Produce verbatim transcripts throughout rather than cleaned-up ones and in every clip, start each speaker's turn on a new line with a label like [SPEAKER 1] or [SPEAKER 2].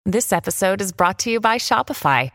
[SPEAKER 1] This episode is brought to you by Shopify.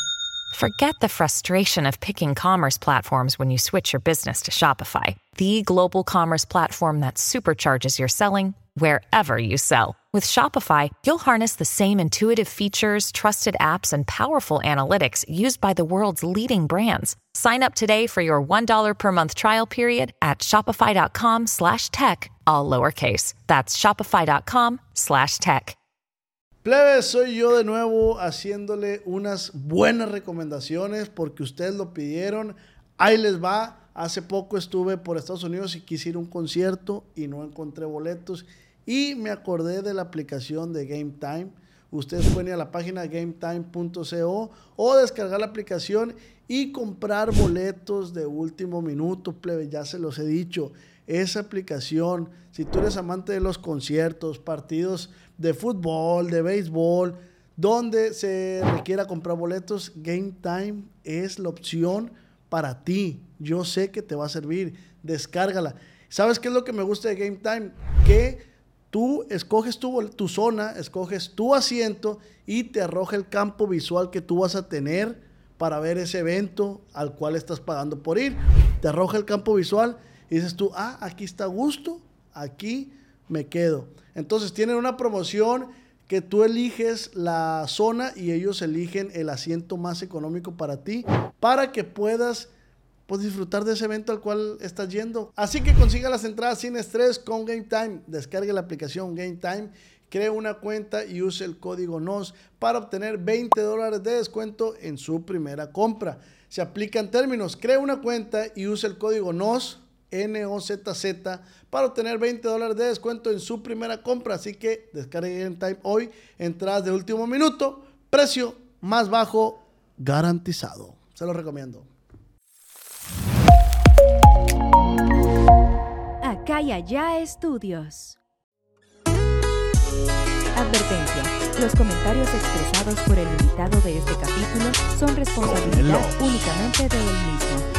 [SPEAKER 1] Forget the frustration of picking commerce platforms when you switch your business to Shopify, the global commerce platform that supercharges your selling wherever you sell. With Shopify, you'll harness the same intuitive features, trusted apps, and powerful analytics used by the world's leading brands. Sign up today for your one dollar per month trial period at shopify.com slash tech, all lowercase. That's shopify.com slash tech.
[SPEAKER 2] Plebes, soy yo de nuevo haciéndole unas buenas recomendaciones porque ustedes lo pidieron. Ahí les va. Hace poco estuve por Estados Unidos y quise ir a un concierto y no encontré boletos y me acordé de la aplicación de Game Time. Ustedes pueden ir a la página game time punto co o descargar la aplicación y comprar boletos de último minuto, plebes. Ya se los he dicho. Esa aplicación, si tú eres amante de los conciertos, partidos de fútbol, de béisbol, donde se requiera comprar boletos, Game Time es la opción para ti. Yo sé que te va a servir. Descárgala. ¿Sabes qué es lo que me gusta de Game Time? Que tú escoges tu, tu zona, escoges tu asiento y te arroja el campo visual que tú vas a tener para ver ese evento al cual estás pagando por ir. Te arroja el campo visual y dices tú, ah, aquí está a gusto, aquí me quedo. Entonces tienen una promoción que tú eliges la zona y ellos eligen el asiento más económico para ti, para que puedas pues, disfrutar de ese evento al cual estás yendo. Así que consiga las entradas sin estrés con Game Time. Descargue la aplicación Game Time, cree una cuenta y use el código N O S para obtener veinte dólares de descuento en su primera compra. Se aplican términos. Cree una cuenta y use el código N O S, N O Z Z, para obtener veinte dólares de descuento en su primera compra. Así que descargue Game Time hoy. Entradas de último minuto, precio más bajo garantizado. Se lo recomiendo.
[SPEAKER 3] Acá y allá estudios. Advertencia. Los comentarios expresados por el invitado de este capítulo son responsabilidad únicamente de él mismo.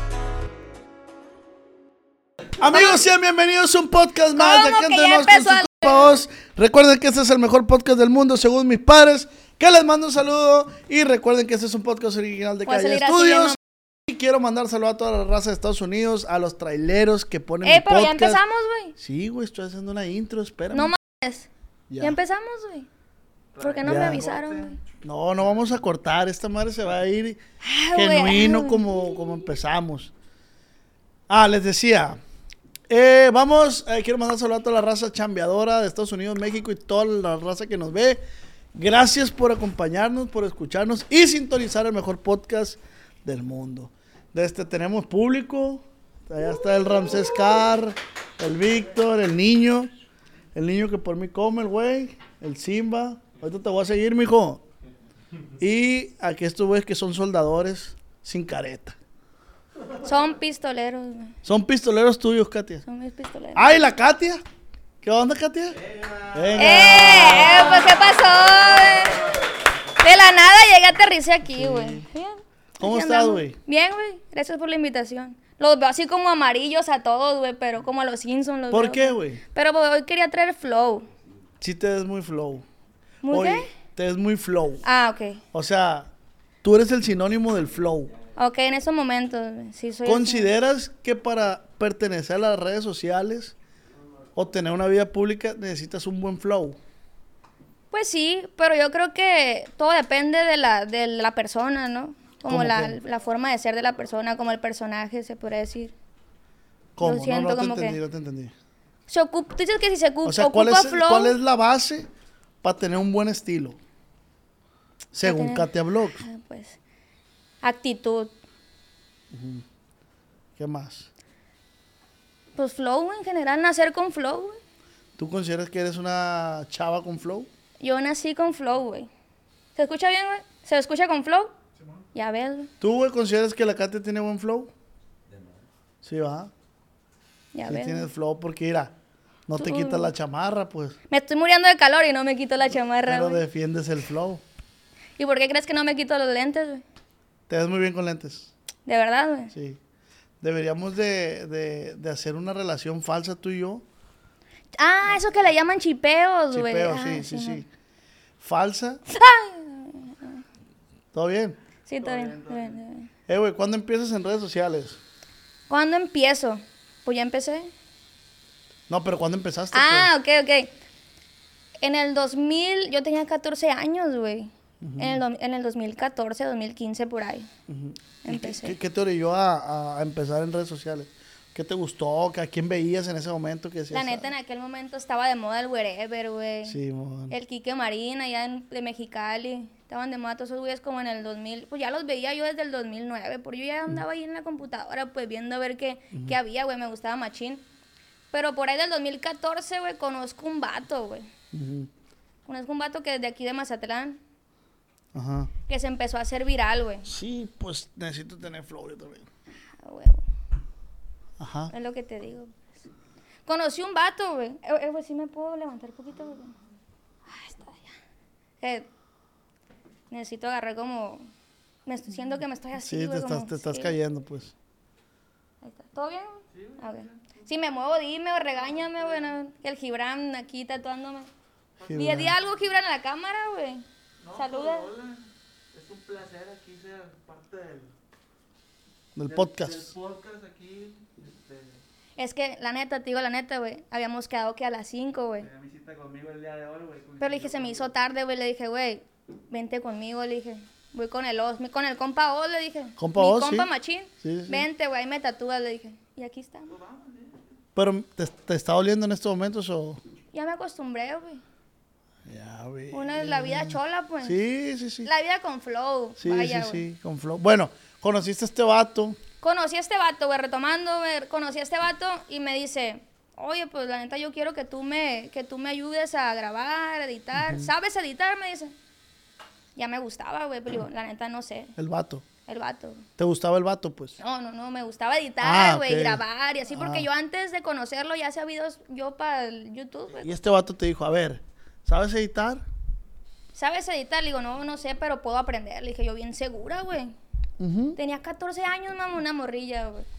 [SPEAKER 2] Amigos, sean bienvenidos a un podcast más de
[SPEAKER 4] ¿Cómo
[SPEAKER 2] Aquí
[SPEAKER 4] que ya
[SPEAKER 2] Entre Nos con
[SPEAKER 4] empezó
[SPEAKER 2] su
[SPEAKER 4] el-
[SPEAKER 2] compa Oz. Recuerden que este es el mejor podcast del mundo según mis padres, que les mando un saludo y recuerden que este es un podcast original de
[SPEAKER 4] Voy a
[SPEAKER 2] Calle
[SPEAKER 4] salir así,
[SPEAKER 2] Estudios.
[SPEAKER 4] ¿no?
[SPEAKER 2] Y quiero mandar saludo a toda la raza de Estados Unidos, a los traileros que ponen
[SPEAKER 4] Eh,
[SPEAKER 2] mi
[SPEAKER 4] pero ya
[SPEAKER 2] podcast.
[SPEAKER 4] empezamos, güey.
[SPEAKER 2] Sí, güey, estoy haciendo una intro, espérame.
[SPEAKER 4] No mames.
[SPEAKER 2] Ya.
[SPEAKER 4] Ya. empezamos, güey. ¿Por qué no
[SPEAKER 2] Ya.
[SPEAKER 4] me avisaron, güey?
[SPEAKER 2] No, no vamos a cortar, esta madre se va a ir
[SPEAKER 4] Ah, güey,
[SPEAKER 2] genuino
[SPEAKER 4] ah.
[SPEAKER 2] como, como empezamos. Ah, les decía, eh, vamos, eh, quiero mandar saludo a toda la raza chambeadora de Estados Unidos, México y toda la raza que nos ve. Gracias por acompañarnos, por escucharnos y sintonizar el mejor podcast del mundo. De este tenemos público, allá está el Ramsés Carr, el Víctor, el niño, el niño que por mí come, el güey, el Simba. Ahorita te voy a seguir, mijo. Y aquí estos güeyes que son soldadores sin careta.
[SPEAKER 4] Son pistoleros, güey.
[SPEAKER 2] Son pistoleros tuyos, Katia.
[SPEAKER 4] Son mis pistoleros.
[SPEAKER 2] ¡Ay, la Katia! ¿Qué onda, Katia? Venga.
[SPEAKER 4] ¡Eh! eh, Pues, ¿qué pasó, güey? De la nada llegué a aterricé aquí, güey. Bien.
[SPEAKER 2] ¿Cómo
[SPEAKER 4] Aquí
[SPEAKER 2] estás,
[SPEAKER 4] andamos.
[SPEAKER 2] güey?
[SPEAKER 4] Bien, güey. Gracias por la invitación. Los veo así como amarillos a todos, güey, pero como a los Simpsons los
[SPEAKER 2] ¿Por
[SPEAKER 4] veo,
[SPEAKER 2] qué, güey?
[SPEAKER 4] Pero pues, hoy quería traer flow.
[SPEAKER 2] Sí te ves muy flow.
[SPEAKER 4] ¿Muy
[SPEAKER 2] Hoy
[SPEAKER 4] qué?
[SPEAKER 2] te ves muy flow.
[SPEAKER 4] Ah, ok.
[SPEAKER 2] O sea, tú eres el sinónimo del flow.
[SPEAKER 4] Ok, en esos momentos, güey, sí soy así.
[SPEAKER 2] ¿Consideras que para pertenecer a las redes sociales o tener una vida pública necesitas un buen flow?
[SPEAKER 4] Pues sí, pero yo creo que todo depende de la, de la persona, ¿no? Como
[SPEAKER 2] ¿Cómo
[SPEAKER 4] la,
[SPEAKER 2] qué?
[SPEAKER 4] la forma de ser de la persona, como el personaje, se podría decir.
[SPEAKER 2] ¿Cómo? No,
[SPEAKER 4] siento
[SPEAKER 2] no te
[SPEAKER 4] como que-
[SPEAKER 2] entendí, no te entendí.
[SPEAKER 4] Se ocupa, tú dices que si se ocupa,
[SPEAKER 2] O sea, ¿cuál
[SPEAKER 4] ocupa
[SPEAKER 2] es,
[SPEAKER 4] flow,
[SPEAKER 2] ¿cuál es la base para tener un buen estilo? Según
[SPEAKER 4] tener-
[SPEAKER 2] Katia Vlogs.
[SPEAKER 4] ah, pues, actitud.
[SPEAKER 2] ¿Qué más?
[SPEAKER 4] Pues flow en general, nacer con flow, güey.
[SPEAKER 2] ¿Tú consideras que eres una chava con flow?
[SPEAKER 4] Yo nací con flow, güey. ¿Se escucha bien, güey? ¿Se escucha con flow? Ya ves, güey.
[SPEAKER 2] ¿Tú, güey, consideras que la Katia tiene buen flow? Sí, va.
[SPEAKER 4] Ya
[SPEAKER 2] Sí
[SPEAKER 4] ves.
[SPEAKER 2] tienes flow porque, mira, no te
[SPEAKER 4] Tú-
[SPEAKER 2] quitas la chamarra, pues.
[SPEAKER 4] Me estoy muriendo de calor y no me quito la chamarra,
[SPEAKER 2] Pero
[SPEAKER 4] güey.
[SPEAKER 2] defiendes el flow.
[SPEAKER 4] ¿Y por qué crees que no me quito los lentes, güey?
[SPEAKER 2] Te ves muy bien con lentes.
[SPEAKER 4] De verdad, güey.
[SPEAKER 2] Sí. Deberíamos de, de, de hacer una relación falsa tú y yo.
[SPEAKER 4] Ah, eso que le llaman chipeos, güey.
[SPEAKER 2] Chipeo,
[SPEAKER 4] Ah,
[SPEAKER 2] sí, sí,
[SPEAKER 4] no.
[SPEAKER 2] sí. falsa. ¿Todo bien?
[SPEAKER 4] Sí, todo bien. Todo bien, todo bien.
[SPEAKER 2] Eh, güey, ¿cuándo empiezas en redes sociales?
[SPEAKER 4] ¿Cuándo empiezo? Pues ya empecé.
[SPEAKER 2] No, pero ¿cuándo empezaste?
[SPEAKER 4] Ah, ok, ok. En el dos mil, yo tenía catorce años, güey. Uh-huh. en, el do, en el dos mil catorce, dos mil quince, por ahí.
[SPEAKER 2] Uh-huh.
[SPEAKER 4] Empecé.
[SPEAKER 2] ¿Qué, qué te orilló a, a empezar en redes sociales? ¿Qué te gustó? ¿A quién veías en ese momento? Que
[SPEAKER 4] La neta, en aquel momento estaba de moda el Wherever, güey.
[SPEAKER 2] Sí, man.
[SPEAKER 4] El Quique Marín, allá en, de Mexicali. Estaban de moda todos esos güeyes como en el dos mil. Pues ya los veía yo desde el dos mil nueve. Porque yo ya andaba ahí en la computadora, pues viendo a ver qué, uh-huh. qué había, güey. Me gustaba machín. Pero por ahí del dos mil catorce, güey, conozco un vato, güey. Uh-huh. Conozco un vato que es de aquí de Mazatlán.
[SPEAKER 2] Ajá.
[SPEAKER 4] Que se empezó a hacer viral, güey.
[SPEAKER 2] Sí, pues necesito tener flow yo también.
[SPEAKER 4] Ah, huevo.
[SPEAKER 2] Ajá.
[SPEAKER 4] Es lo que te digo. Pues. Conocí un vato, güey. Eh, eh, güey, ¿sí me puedo levantar un poquito, güey? Ah, está ya. Eh, necesito agarrar como... Me estoy siento que me estoy así,
[SPEAKER 2] sí,
[SPEAKER 4] güey.
[SPEAKER 2] te estás,
[SPEAKER 4] como...
[SPEAKER 2] te estás
[SPEAKER 4] sí.
[SPEAKER 2] cayendo, pues.
[SPEAKER 4] Ahí está. ¿Todo bien? Sí, güey. Okay. Si me muevo, dime o regáñame, güey. No, que el Gibran aquí tatuándome. Di, di algo, Gibran, a la cámara, güey.
[SPEAKER 5] No,
[SPEAKER 4] saluda.
[SPEAKER 5] Hola. Es un placer aquí ser parte del...
[SPEAKER 2] Del, del podcast.
[SPEAKER 5] Del podcast aquí. Este...
[SPEAKER 4] Es que, la neta, te digo la neta, güey. Habíamos quedado que a las cinco, güey.
[SPEAKER 5] Tenía mi cita conmigo el día de hoy, güey.
[SPEAKER 4] Pero le dije, se me hizo tarde, güey. Le dije, güey, vente conmigo, le dije. Voy con el Oz, con el compa Oz, le dije.
[SPEAKER 2] Compa
[SPEAKER 4] Mi
[SPEAKER 2] Oz,
[SPEAKER 4] compa
[SPEAKER 2] sí.
[SPEAKER 4] Machín.
[SPEAKER 2] Sí, sí.
[SPEAKER 4] Vente, güey, ahí me tatúas, le dije. Y aquí está.
[SPEAKER 5] Pues vamos, ¿sí?
[SPEAKER 2] Pero, ¿te, te está doliendo en estos momentos o...?
[SPEAKER 4] Ya me acostumbré, güey.
[SPEAKER 2] Ya, güey.
[SPEAKER 4] Una es la vida chola, pues.
[SPEAKER 2] Sí, sí, sí.
[SPEAKER 4] La vida con flow.
[SPEAKER 2] Sí,
[SPEAKER 4] vaya,
[SPEAKER 2] sí,
[SPEAKER 4] güey.
[SPEAKER 2] sí, con flow. Bueno, conociste a este vato.
[SPEAKER 4] Conocí a este vato, güey, retomando, güey, conocí a este vato y me dice, oye, pues la neta yo quiero que tú me, que tú me ayudes a grabar, editar. Uh-huh. ¿Sabes editar? Me dice. Ya me gustaba, güey, pero digo, la neta no sé.
[SPEAKER 2] El vato.
[SPEAKER 4] El vato.
[SPEAKER 2] ¿Te gustaba el vato, pues?
[SPEAKER 4] No, no, no, me gustaba editar, güey,
[SPEAKER 2] ah, okay.
[SPEAKER 4] grabar y así, porque
[SPEAKER 2] ah.
[SPEAKER 4] yo antes de conocerlo ya hacía videos yo para el YouTube, güey.
[SPEAKER 2] Y este vato te dijo, a ver, ¿sabes editar?
[SPEAKER 4] ¿Sabes editar? Le digo, no, no sé, pero puedo aprender. Le dije, yo bien segura, güey. Uh-huh. Tenía catorce años, mamá, una morrilla, güey.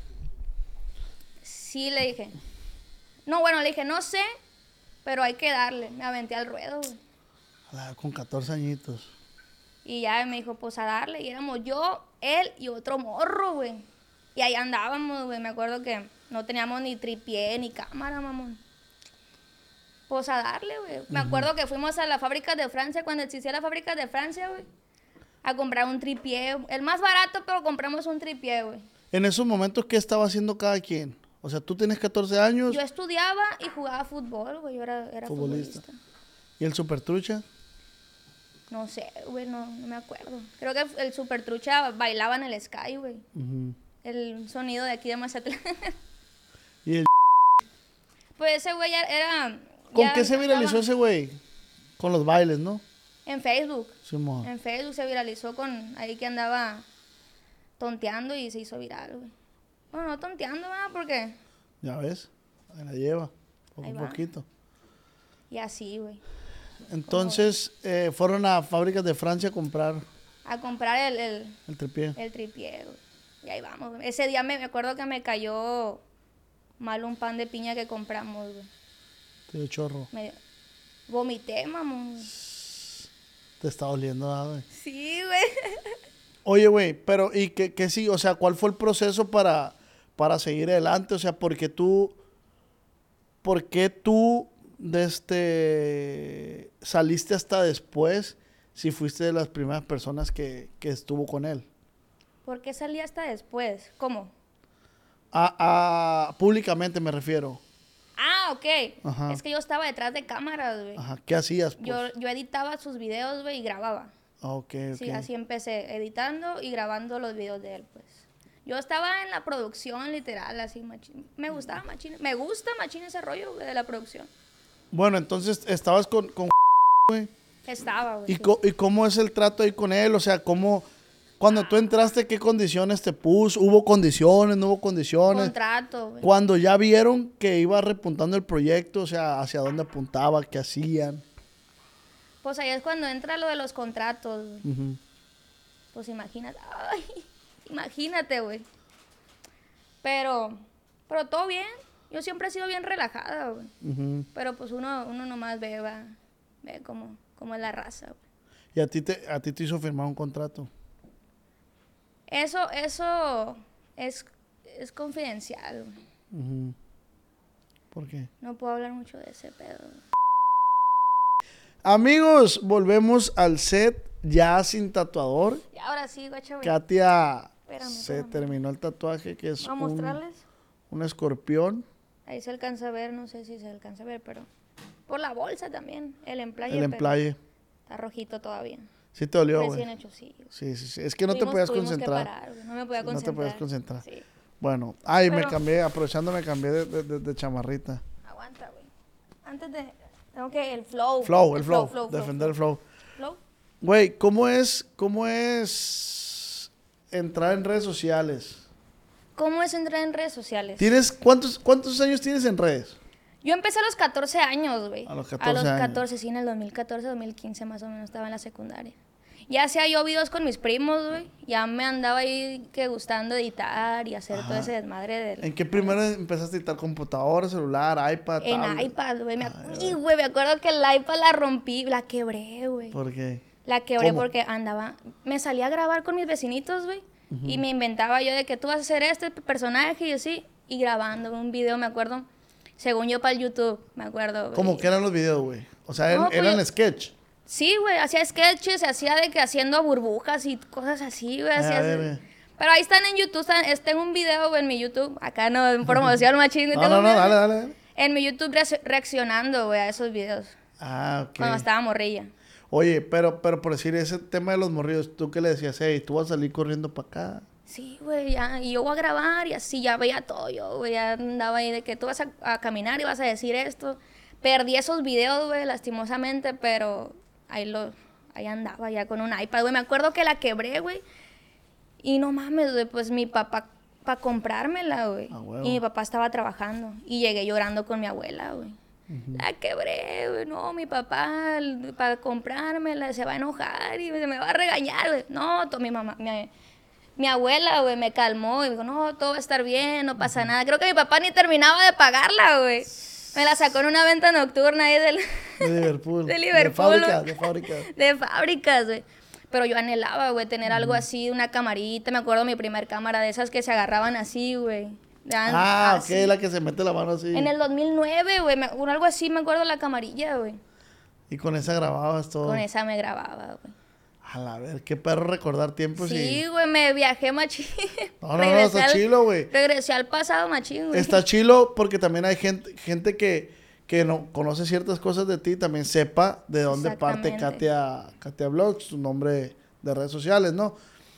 [SPEAKER 4] Sí, le dije. No, bueno, le dije, no sé, pero hay que darle. Me aventé al ruedo, güey.
[SPEAKER 2] Ah, con catorce añitos.
[SPEAKER 4] Y ya me dijo, pues a darle. Y éramos yo, él y otro morro, güey. Y ahí andábamos, güey. Me acuerdo que no teníamos ni tripié ni cámara, mamón. Pues a darle, güey. Me uh-huh. acuerdo que fuimos a la fábrica de Francia, cuando existía la fábrica de Francia, güey. A comprar un tripié. El más barato, pero compramos un tripié, güey.
[SPEAKER 2] En esos momentos, ¿qué estaba haciendo cada quien? O sea, tú tienes catorce años.
[SPEAKER 4] Yo estudiaba y jugaba fútbol, güey. Yo era, era futbolista. futbolista.
[SPEAKER 2] ¿Y el Supertrucha?
[SPEAKER 4] No sé, güey, no, no me acuerdo. Creo que el Supertrucha bailaba en el Sky, güey. Uh-huh. El sonido de aquí de Mazatlán.
[SPEAKER 2] ¿Y el
[SPEAKER 4] Pues ese güey era...
[SPEAKER 2] ¿Con ya qué se viralizó estaba... ese güey? Con los bailes, ¿no?
[SPEAKER 4] En Facebook.
[SPEAKER 2] Sí, mo.
[SPEAKER 4] En Facebook se viralizó con... Ahí que andaba tonteando y se hizo viral, güey. Bueno, no tonteando, ¿verdad? Porque...
[SPEAKER 2] Ya ves, ahí la lleva. Poco a poquito.
[SPEAKER 4] Y así, güey.
[SPEAKER 2] Entonces, eh, fueron a fábricas de Francia a comprar...
[SPEAKER 4] A comprar el... El,
[SPEAKER 2] el tripié.
[SPEAKER 4] El tripié, güey. Y ahí vamos, güey. Ese día me, me acuerdo que me cayó mal un pan de piña que compramos, güey.
[SPEAKER 2] Te dio chorro.
[SPEAKER 4] Me vomité, mamón.
[SPEAKER 2] Te está doliendo, ¿verdad, güey?
[SPEAKER 4] Sí, güey.
[SPEAKER 2] Oye, güey, pero ¿y qué, qué sí? O sea, ¿cuál fue el proceso para, para seguir adelante? O sea, ¿por qué tú... ¿Por qué tú... de este saliste hasta después si fuiste de las primeras personas que, que estuvo con él?
[SPEAKER 4] ¿Por qué salí hasta después? ¿Cómo?
[SPEAKER 2] A, a públicamente me refiero.
[SPEAKER 4] Ah, ok.
[SPEAKER 2] Ajá.
[SPEAKER 4] Es que yo estaba detrás de cámaras, güey.
[SPEAKER 2] Ajá. ¿Qué hacías, pues?
[SPEAKER 4] Yo, yo editaba sus videos, güey, y grababa.
[SPEAKER 2] Ah, ok, ok.
[SPEAKER 4] Sí, así empecé, editando y grabando los videos de él, pues. Yo estaba en la producción, literal, así, machín. Me gustaba machín. Me gusta machín ese rollo, güey, de la producción.
[SPEAKER 2] Bueno, entonces, estabas con, con güey.
[SPEAKER 4] Estaba, güey.
[SPEAKER 2] ¿Y,
[SPEAKER 4] sí.
[SPEAKER 2] co- ¿Y cómo es el trato ahí con él? O sea, ¿cómo... Cuando tú entraste, ¿qué condiciones te puso? ¿Hubo condiciones? ¿No hubo condiciones?
[SPEAKER 4] Contrato, güey.
[SPEAKER 2] Cuando ya vieron que iba repuntando el proyecto, o sea, ¿hacia dónde apuntaba? ¿Qué hacían?
[SPEAKER 4] Pues ahí es cuando entra lo de los contratos, güey.
[SPEAKER 2] Uh-huh.
[SPEAKER 4] Pues imagínate. Ay, imagínate, güey. Pero, pero todo bien. Yo siempre he sido bien relajada, güey.
[SPEAKER 2] Uh-huh.
[SPEAKER 4] Pero pues uno, uno nomás ve, va, ve cómo, cómo es la raza, güey.
[SPEAKER 2] ¿Y a ti te, a ti te hizo firmar un contrato?
[SPEAKER 4] Eso, eso es, es confidencial, güey.
[SPEAKER 2] Uh-huh. ¿Por qué?
[SPEAKER 4] No puedo hablar mucho de ese pedo.
[SPEAKER 2] Amigos, volvemos al set ya sin tatuador.
[SPEAKER 4] Y ahora sí, guacha, güey.
[SPEAKER 2] Katia
[SPEAKER 4] Espérame,
[SPEAKER 2] se
[SPEAKER 4] espérame.
[SPEAKER 2] terminó el tatuaje que es
[SPEAKER 4] Voy a
[SPEAKER 2] un,
[SPEAKER 4] mostrarles.
[SPEAKER 2] un escorpión.
[SPEAKER 4] Ahí se alcanza a ver, no sé si se alcanza a ver, pero... Por la bolsa también, el emplaye.
[SPEAKER 2] El
[SPEAKER 4] pero
[SPEAKER 2] emplaye.
[SPEAKER 4] Está rojito todavía.
[SPEAKER 2] Sí te dolió, güey.
[SPEAKER 4] Recién hecho, sí.
[SPEAKER 2] Sí, sí, sí. Es que no te
[SPEAKER 4] Tuvimos-
[SPEAKER 2] podías
[SPEAKER 4] tuvimos que
[SPEAKER 2] concentrar.
[SPEAKER 4] parar, güey. No me podía
[SPEAKER 2] Sí, no te
[SPEAKER 4] concentrar.
[SPEAKER 2] podías concentrar.
[SPEAKER 4] Sí.
[SPEAKER 2] Bueno, ay, me
[SPEAKER 4] Pero-
[SPEAKER 2] cambié, aprovechando me cambié de, de- de- de chamarrita.
[SPEAKER 4] Aguanta, güey. Antes de... Tengo que... El flow.
[SPEAKER 2] Flow, el flow, defender el flow.
[SPEAKER 4] Flow.
[SPEAKER 2] Güey, ¿cómo es, cómo es entrar en redes sociales?
[SPEAKER 4] ¿Cómo es entrar en redes sociales?
[SPEAKER 2] ¿Tienes, cuántos, cuántos años tienes en redes?
[SPEAKER 4] Yo empecé a los catorce años, güey.
[SPEAKER 2] A los catorce
[SPEAKER 4] A los
[SPEAKER 2] años.
[SPEAKER 4] catorce, sí, en el dos mil catorce, dos mil quince más o menos estaba en la secundaria. Ya hacía yo videos con mis primos, güey. Ya me andaba ahí que gustando editar y hacer todo ese desmadre del...
[SPEAKER 2] ¿En qué primero empezaste a editar? ¿Computadora, celular, iPad,
[SPEAKER 4] En
[SPEAKER 2] tablet?
[SPEAKER 4] iPad, güey. Me, ac- y, güey, me acuerdo que el iPad la rompí, la quebré, güey.
[SPEAKER 2] ¿Por qué?
[SPEAKER 4] La quebré
[SPEAKER 2] ¿Cómo?
[SPEAKER 4] porque andaba... Me salía a grabar con mis vecinitos, güey. Y me inventaba yo de que tú vas a hacer este personaje y así. Y grabando un video, me acuerdo. Según yo para el YouTube, me acuerdo, güey.
[SPEAKER 2] ¿Cómo que eran los videos, güey? O sea,
[SPEAKER 4] No,
[SPEAKER 2] eran, eran
[SPEAKER 4] pues-
[SPEAKER 2] sketch.
[SPEAKER 4] Sí, güey, hacía sketches, hacía de que haciendo burbujas y cosas así, güey.
[SPEAKER 2] A
[SPEAKER 4] hacía-
[SPEAKER 2] ver, eh.
[SPEAKER 4] Pero ahí están en YouTube, están, es- tengo un video güey, en mi YouTube, acá no, en promoción machín. güey,
[SPEAKER 2] No,
[SPEAKER 4] tengo
[SPEAKER 2] no,
[SPEAKER 4] un
[SPEAKER 2] no,
[SPEAKER 4] video
[SPEAKER 2] dale, dale, dale.
[SPEAKER 4] En mi YouTube reacc- reaccionando, güey, a esos videos,
[SPEAKER 2] Ah, ok.
[SPEAKER 4] cuando estaba morrilla.
[SPEAKER 2] Oye, pero, pero por decir ese tema de los morridos, ¿tú qué le decías? Hey, tú vas a salir corriendo para acá.
[SPEAKER 4] Sí, güey, ya, y yo voy a grabar y así, ya veía todo yo, güey, ya andaba ahí de que tú vas a, a caminar y vas a decir esto. Perdí esos videos, güey, lastimosamente, pero ahí lo, ahí andaba ya con un iPad, güey. Me acuerdo que la quebré, güey, y no mames, güey, pues mi papá, para comprármela, güey.
[SPEAKER 2] Ah, huevo.
[SPEAKER 4] Y mi papá estaba trabajando, y llegué llorando con mi abuela, güey. La quebré, güey, no, mi papá, para comprármela, se va a enojar y se me va a regañar, güey. No, to- mi mamá, mi, mi abuela, güey, me calmó y dijo, no, todo va a estar bien, no pasa nada. Creo que mi papá ni terminaba de pagarla, güey. Me la sacó en una venta nocturna ahí del...
[SPEAKER 2] De Liverpool.
[SPEAKER 4] De Liverpool,
[SPEAKER 2] De fábrica,
[SPEAKER 4] güey.
[SPEAKER 2] de fábrica.
[SPEAKER 4] de fábricas, güey. Pero yo anhelaba, güey, tener algo así, una camarita. Me acuerdo de mi primer cámara, de esas que se agarraban así, güey. De an-
[SPEAKER 2] Ah, ok,
[SPEAKER 4] así.
[SPEAKER 2] la que se mete la mano así.
[SPEAKER 4] En el dos mil nueve, güey, me- algo así, me acuerdo la camarilla, güey.
[SPEAKER 2] Y con esa grababas todo.
[SPEAKER 4] Con esa me grababa, güey.
[SPEAKER 2] A la ver, qué perro recordar tiempos
[SPEAKER 4] Sí,
[SPEAKER 2] y...
[SPEAKER 4] güey, me viajé machín.
[SPEAKER 2] No, no, no,
[SPEAKER 4] Regresé
[SPEAKER 2] está
[SPEAKER 4] al-
[SPEAKER 2] chilo, güey.
[SPEAKER 4] Regresé al pasado machín, güey.
[SPEAKER 2] Está chilo porque también hay gente, gente que, que no conoce ciertas cosas de ti, también sepa de dónde parte
[SPEAKER 4] Exactamente.
[SPEAKER 2] Katia, Katia Vlogs, su nombre de redes sociales, ¿no?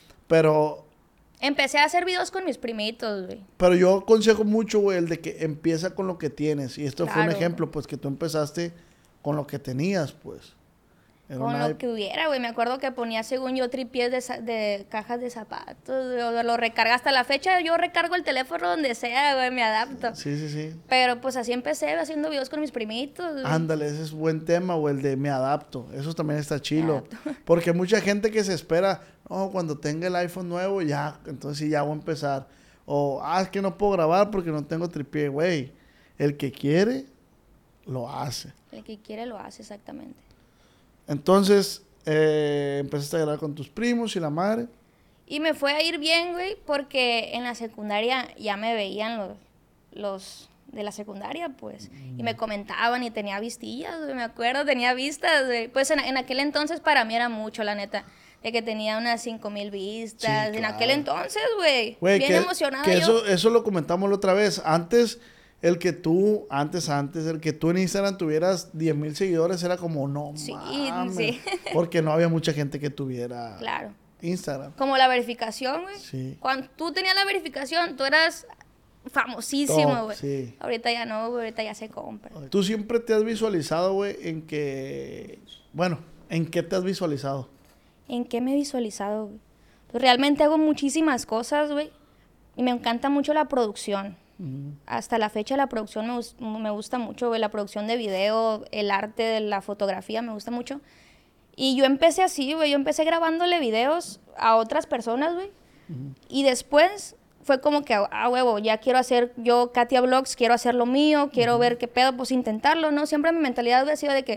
[SPEAKER 2] Pero,
[SPEAKER 4] Empecé a hacer videos con mis primitos, güey.
[SPEAKER 2] pero yo aconsejo mucho, güey, el de que empieza con lo que tienes. Y esto fue un
[SPEAKER 4] Claro.
[SPEAKER 2] ejemplo, pues, que tú empezaste con lo que tenías, pues. Era
[SPEAKER 4] Con
[SPEAKER 2] una
[SPEAKER 4] lo que hubiera, güey. Me acuerdo que ponía, según yo, tripiés de, za- de cajas de zapatos. güey, o lo recarga hasta la fecha. Yo recargo el teléfono donde sea, güey. Me adapto.
[SPEAKER 2] Sí, sí, sí.
[SPEAKER 4] Pero pues así empecé haciendo videos con mis primitos. güey.
[SPEAKER 2] Ándale, ese es buen tema, o el de me adapto. Eso también está chilo.
[SPEAKER 4] adapto.
[SPEAKER 2] Porque mucha gente que se espera, no, cuando tenga el iPhone nuevo, ya, entonces sí, ya voy a empezar. O, ah, es que no puedo grabar porque no tengo tripié, güey. El que quiere, lo hace.
[SPEAKER 4] El que quiere lo hace, exactamente.
[SPEAKER 2] Entonces, eh, empezaste a grabar con tus primos y la madre.
[SPEAKER 4] Y me fue a ir bien, güey, porque en la secundaria ya me veían los, los de la secundaria, pues. Y me comentaban y tenía vistillas, güey, me acuerdo, tenía vistas, güey. Pues en, en aquel entonces para mí era mucho, la neta. De que tenía unas cinco mil vistas.
[SPEAKER 2] Sí,
[SPEAKER 4] En
[SPEAKER 2] claro.
[SPEAKER 4] aquel entonces, güey.
[SPEAKER 2] Güey,
[SPEAKER 4] Bien
[SPEAKER 2] que,
[SPEAKER 4] emocionada
[SPEAKER 2] que
[SPEAKER 4] yo.
[SPEAKER 2] eso, eso lo comentamos la otra vez. Antes, el que tú, antes, antes, el que tú en Instagram tuvieras diez mil seguidores era como, no
[SPEAKER 4] Sí,
[SPEAKER 2] mames.
[SPEAKER 4] sí.
[SPEAKER 2] Porque no había mucha gente que tuviera
[SPEAKER 4] Claro.
[SPEAKER 2] Instagram.
[SPEAKER 4] Como la verificación, güey.
[SPEAKER 2] Sí.
[SPEAKER 4] Cuando tú tenías la verificación, tú eras famosísimo,
[SPEAKER 2] Top,
[SPEAKER 4] güey.
[SPEAKER 2] sí.
[SPEAKER 4] Ahorita ya no, güey, ahorita ya se compra.
[SPEAKER 2] Tú siempre te has visualizado, güey, en que... Bueno, ¿en qué te has visualizado?
[SPEAKER 4] ¿En qué me he visualizado, güey? Pues realmente hago muchísimas cosas, güey. Y me encanta mucho la producción. Hasta la fecha la producción me, gus- me gusta mucho, güey. La producción de video, el arte de la fotografía me gusta mucho. Y yo empecé así, güey. Yo empecé grabándole videos a otras personas, güey. Y después fue como que, ah, huevo, ya quiero hacer yo Katia Vlogs, quiero hacer lo mío, quiero ver qué pedo, pues intentarlo, ¿no? Siempre mi mentalidad ha sido de que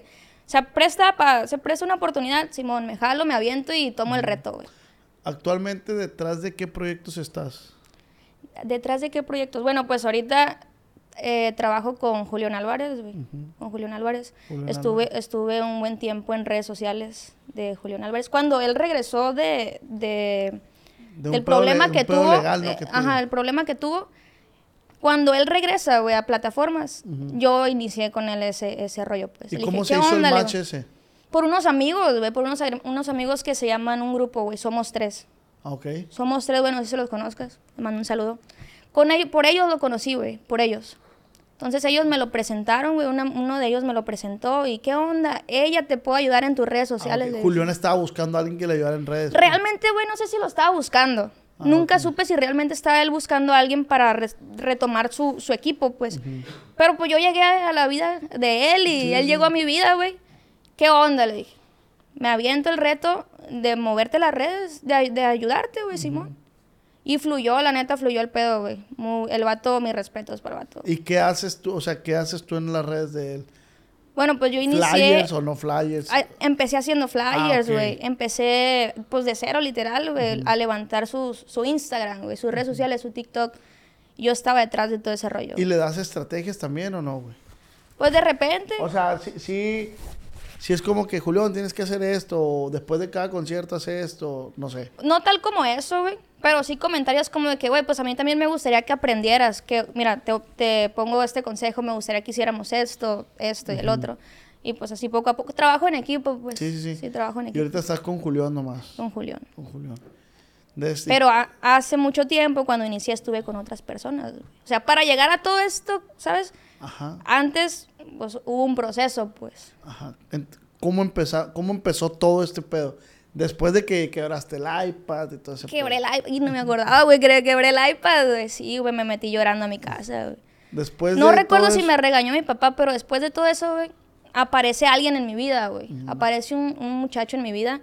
[SPEAKER 4] Se presta, pa, se presta una oportunidad, Simón, me jalo, me aviento y tomo el reto, güey.
[SPEAKER 2] Actualmente, ¿detrás de qué proyectos estás?
[SPEAKER 4] ¿Detrás de qué proyectos? Bueno, pues ahorita eh, trabajo con Julián Álvarez, güey. Uh-huh. Con Julián Álvarez.
[SPEAKER 2] Julián
[SPEAKER 4] estuve,
[SPEAKER 2] Álvarez.
[SPEAKER 4] Estuve un buen tiempo en redes sociales de Julián Álvarez. Cuando él regresó de... de,
[SPEAKER 2] de
[SPEAKER 4] del problema
[SPEAKER 2] le,
[SPEAKER 4] que tuvo.
[SPEAKER 2] Legal, ¿no?
[SPEAKER 4] eh,
[SPEAKER 2] que
[SPEAKER 4] ajá, el problema que tuvo. Cuando él regresa, güey, a plataformas, uh-huh. yo inicié con él ese, ese rollo, pues.
[SPEAKER 2] ¿Y
[SPEAKER 4] le
[SPEAKER 2] cómo
[SPEAKER 4] dije,
[SPEAKER 2] se hizo
[SPEAKER 4] onda,
[SPEAKER 2] el match ese?
[SPEAKER 4] Por unos amigos, güey, por unos, unos amigos que se llaman un grupo, güey, Somos Tres.
[SPEAKER 2] Ah, ok.
[SPEAKER 4] Somos Tres, bueno, no sé si los conozcas, te mando un saludo. Con ellos, por ellos lo conocí, güey, por ellos. Entonces ellos me lo presentaron, güey, una, uno de ellos me lo presentó y ¿qué onda? Ella te puede ayudar en tus redes sociales.
[SPEAKER 2] Ah, okay. Julián estaba buscando a alguien que le ayudara en redes.
[SPEAKER 4] Realmente, güey, no sé si lo estaba buscando. Ah, Nunca okay. supe si realmente estaba él buscando a alguien para re retomar su, su equipo, pues. Uh-huh. Pero pues yo llegué a la vida de él y sí, él sí. llegó a mi vida, güey. ¿Qué onda? Le dije. Me aviento el reto de moverte las redes, de, de ayudarte, güey, uh-huh. Simón. Y fluyó, la neta, fluyó el pedo, güey. El vato, mis respetos para el vato.
[SPEAKER 2] ¿Y qué haces tú? O sea, ¿qué haces tú en las redes de él?
[SPEAKER 4] Bueno, pues yo inicié...
[SPEAKER 2] ¿Flyers o no flyers?
[SPEAKER 4] A, empecé haciendo flyers, güey. Ah, okay. Empecé, pues, de cero, literal, güey, uh-huh. a levantar su, su Instagram, güey, sus redes uh-huh. sociales, su TikTok. Yo estaba detrás de todo ese rollo.
[SPEAKER 2] ¿Y le das estrategias también o no, güey?
[SPEAKER 4] Pues, de repente.
[SPEAKER 2] O sea, sí... sí... Si es como que, Julián, tienes que hacer esto, o después de cada concierto hace esto, no sé.
[SPEAKER 4] No tal como eso, güey, pero sí comentarios como de que, güey, pues a mí también me gustaría que aprendieras, que, mira, te, te pongo este consejo, me gustaría que hiciéramos esto, esto y uh-huh. el otro. Y pues así poco a poco, trabajo en equipo, pues.
[SPEAKER 2] Sí, sí, sí.
[SPEAKER 4] Sí, trabajo en equipo.
[SPEAKER 2] Y ahorita estás con Julián nomás.
[SPEAKER 4] Con Julián.
[SPEAKER 2] Con Julián. Desde...
[SPEAKER 4] Pero a, hace mucho tiempo, cuando inicié, estuve con otras personas, güey. O sea, para llegar a todo esto, ¿sabes?
[SPEAKER 2] Ajá.
[SPEAKER 4] Antes, pues, hubo un proceso, pues.
[SPEAKER 2] Ajá. ¿Cómo empezó, ¿Cómo empezó todo este pedo? Después de que quebraste el iPad y todo ese
[SPEAKER 4] Quebré
[SPEAKER 2] pedo.
[SPEAKER 4] el iPad. Y no me acordaba, güey. Que quebré el iPad, güey. Sí, güey. Me metí llorando a mi casa, güey.
[SPEAKER 2] Después
[SPEAKER 4] no
[SPEAKER 2] de
[SPEAKER 4] recuerdo
[SPEAKER 2] todo
[SPEAKER 4] si
[SPEAKER 2] eso...
[SPEAKER 4] me regañó mi papá, pero después de todo eso, güey, aparece alguien en mi vida, güey. Uh-huh. Aparece un, un muchacho en mi vida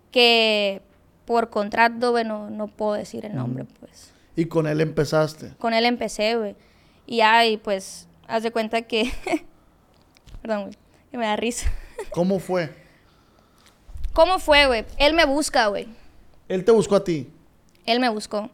[SPEAKER 4] que por contrato, güey, no, no puedo decir el nombre, uh-huh. pues.
[SPEAKER 2] ¿Y con él empezaste?
[SPEAKER 4] Con él empecé, güey. Y ahí, pues, haz de cuenta que... Perdón, güey. Que me da risa.
[SPEAKER 2] ¿Cómo fue?
[SPEAKER 4] ¿Cómo fue, güey? Él me busca, güey.
[SPEAKER 2] ¿Él te buscó a ti?
[SPEAKER 4] Él me buscó.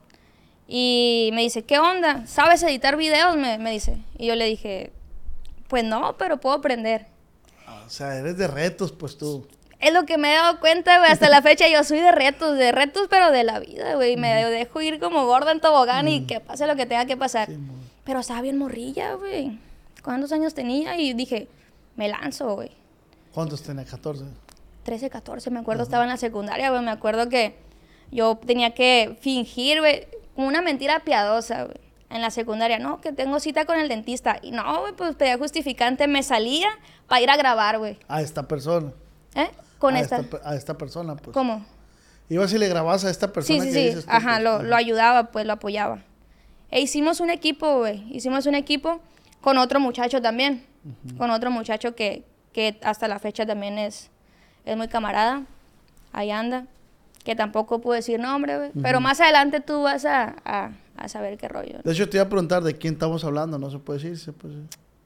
[SPEAKER 4] Y me dice, ¿qué onda? ¿Sabes editar videos? Me, me dice. Y yo le dije, pues no, pero puedo aprender.
[SPEAKER 2] Ah, o sea, eres de retos, pues tú.
[SPEAKER 4] Es lo que me he dado cuenta, güey. Hasta la fecha yo soy de retos, de retos, pero de la vida, güey. Mm. Me dejo ir como gorda en tobogán mm. y que pase lo que tenga que pasar. Sí, pero estaba bien morrilla, güey. ¿Cuántos años tenía? Y dije, me lanzo, güey.
[SPEAKER 2] ¿Cuántos tenía? ¿catorce?
[SPEAKER 4] trece, catorce, me acuerdo, uh-huh. estaba en la secundaria, güey, me acuerdo que yo tenía que fingir, güey, una mentira piadosa, güey, en la secundaria, no, que tengo cita con el dentista, y no, güey, pues pedía justificante, me salía para ir a grabar, güey.
[SPEAKER 2] A esta persona.
[SPEAKER 4] ¿Eh? Con
[SPEAKER 2] a
[SPEAKER 4] esta.
[SPEAKER 2] esta. A esta persona, pues.
[SPEAKER 4] ¿Cómo?
[SPEAKER 2] Ibas y le grababas a esta persona
[SPEAKER 4] sí, sí,
[SPEAKER 2] que
[SPEAKER 4] sí.
[SPEAKER 2] dices tú,
[SPEAKER 4] Ajá,
[SPEAKER 2] pues,
[SPEAKER 4] lo,
[SPEAKER 2] ajá.
[SPEAKER 4] lo ayudaba, pues, lo apoyaba. E hicimos un equipo, güey, hicimos un equipo con otro muchacho también, uh-huh. con otro muchacho que, que hasta la fecha también es... Es muy camarada, ahí anda, que tampoco puedo decir nombre, güey. Uh-huh. Pero más adelante tú vas a, a, a saber qué rollo. ¿No?
[SPEAKER 2] De hecho, te iba a preguntar de quién estamos hablando, ¿no se puede decir? ¿Se puede decir?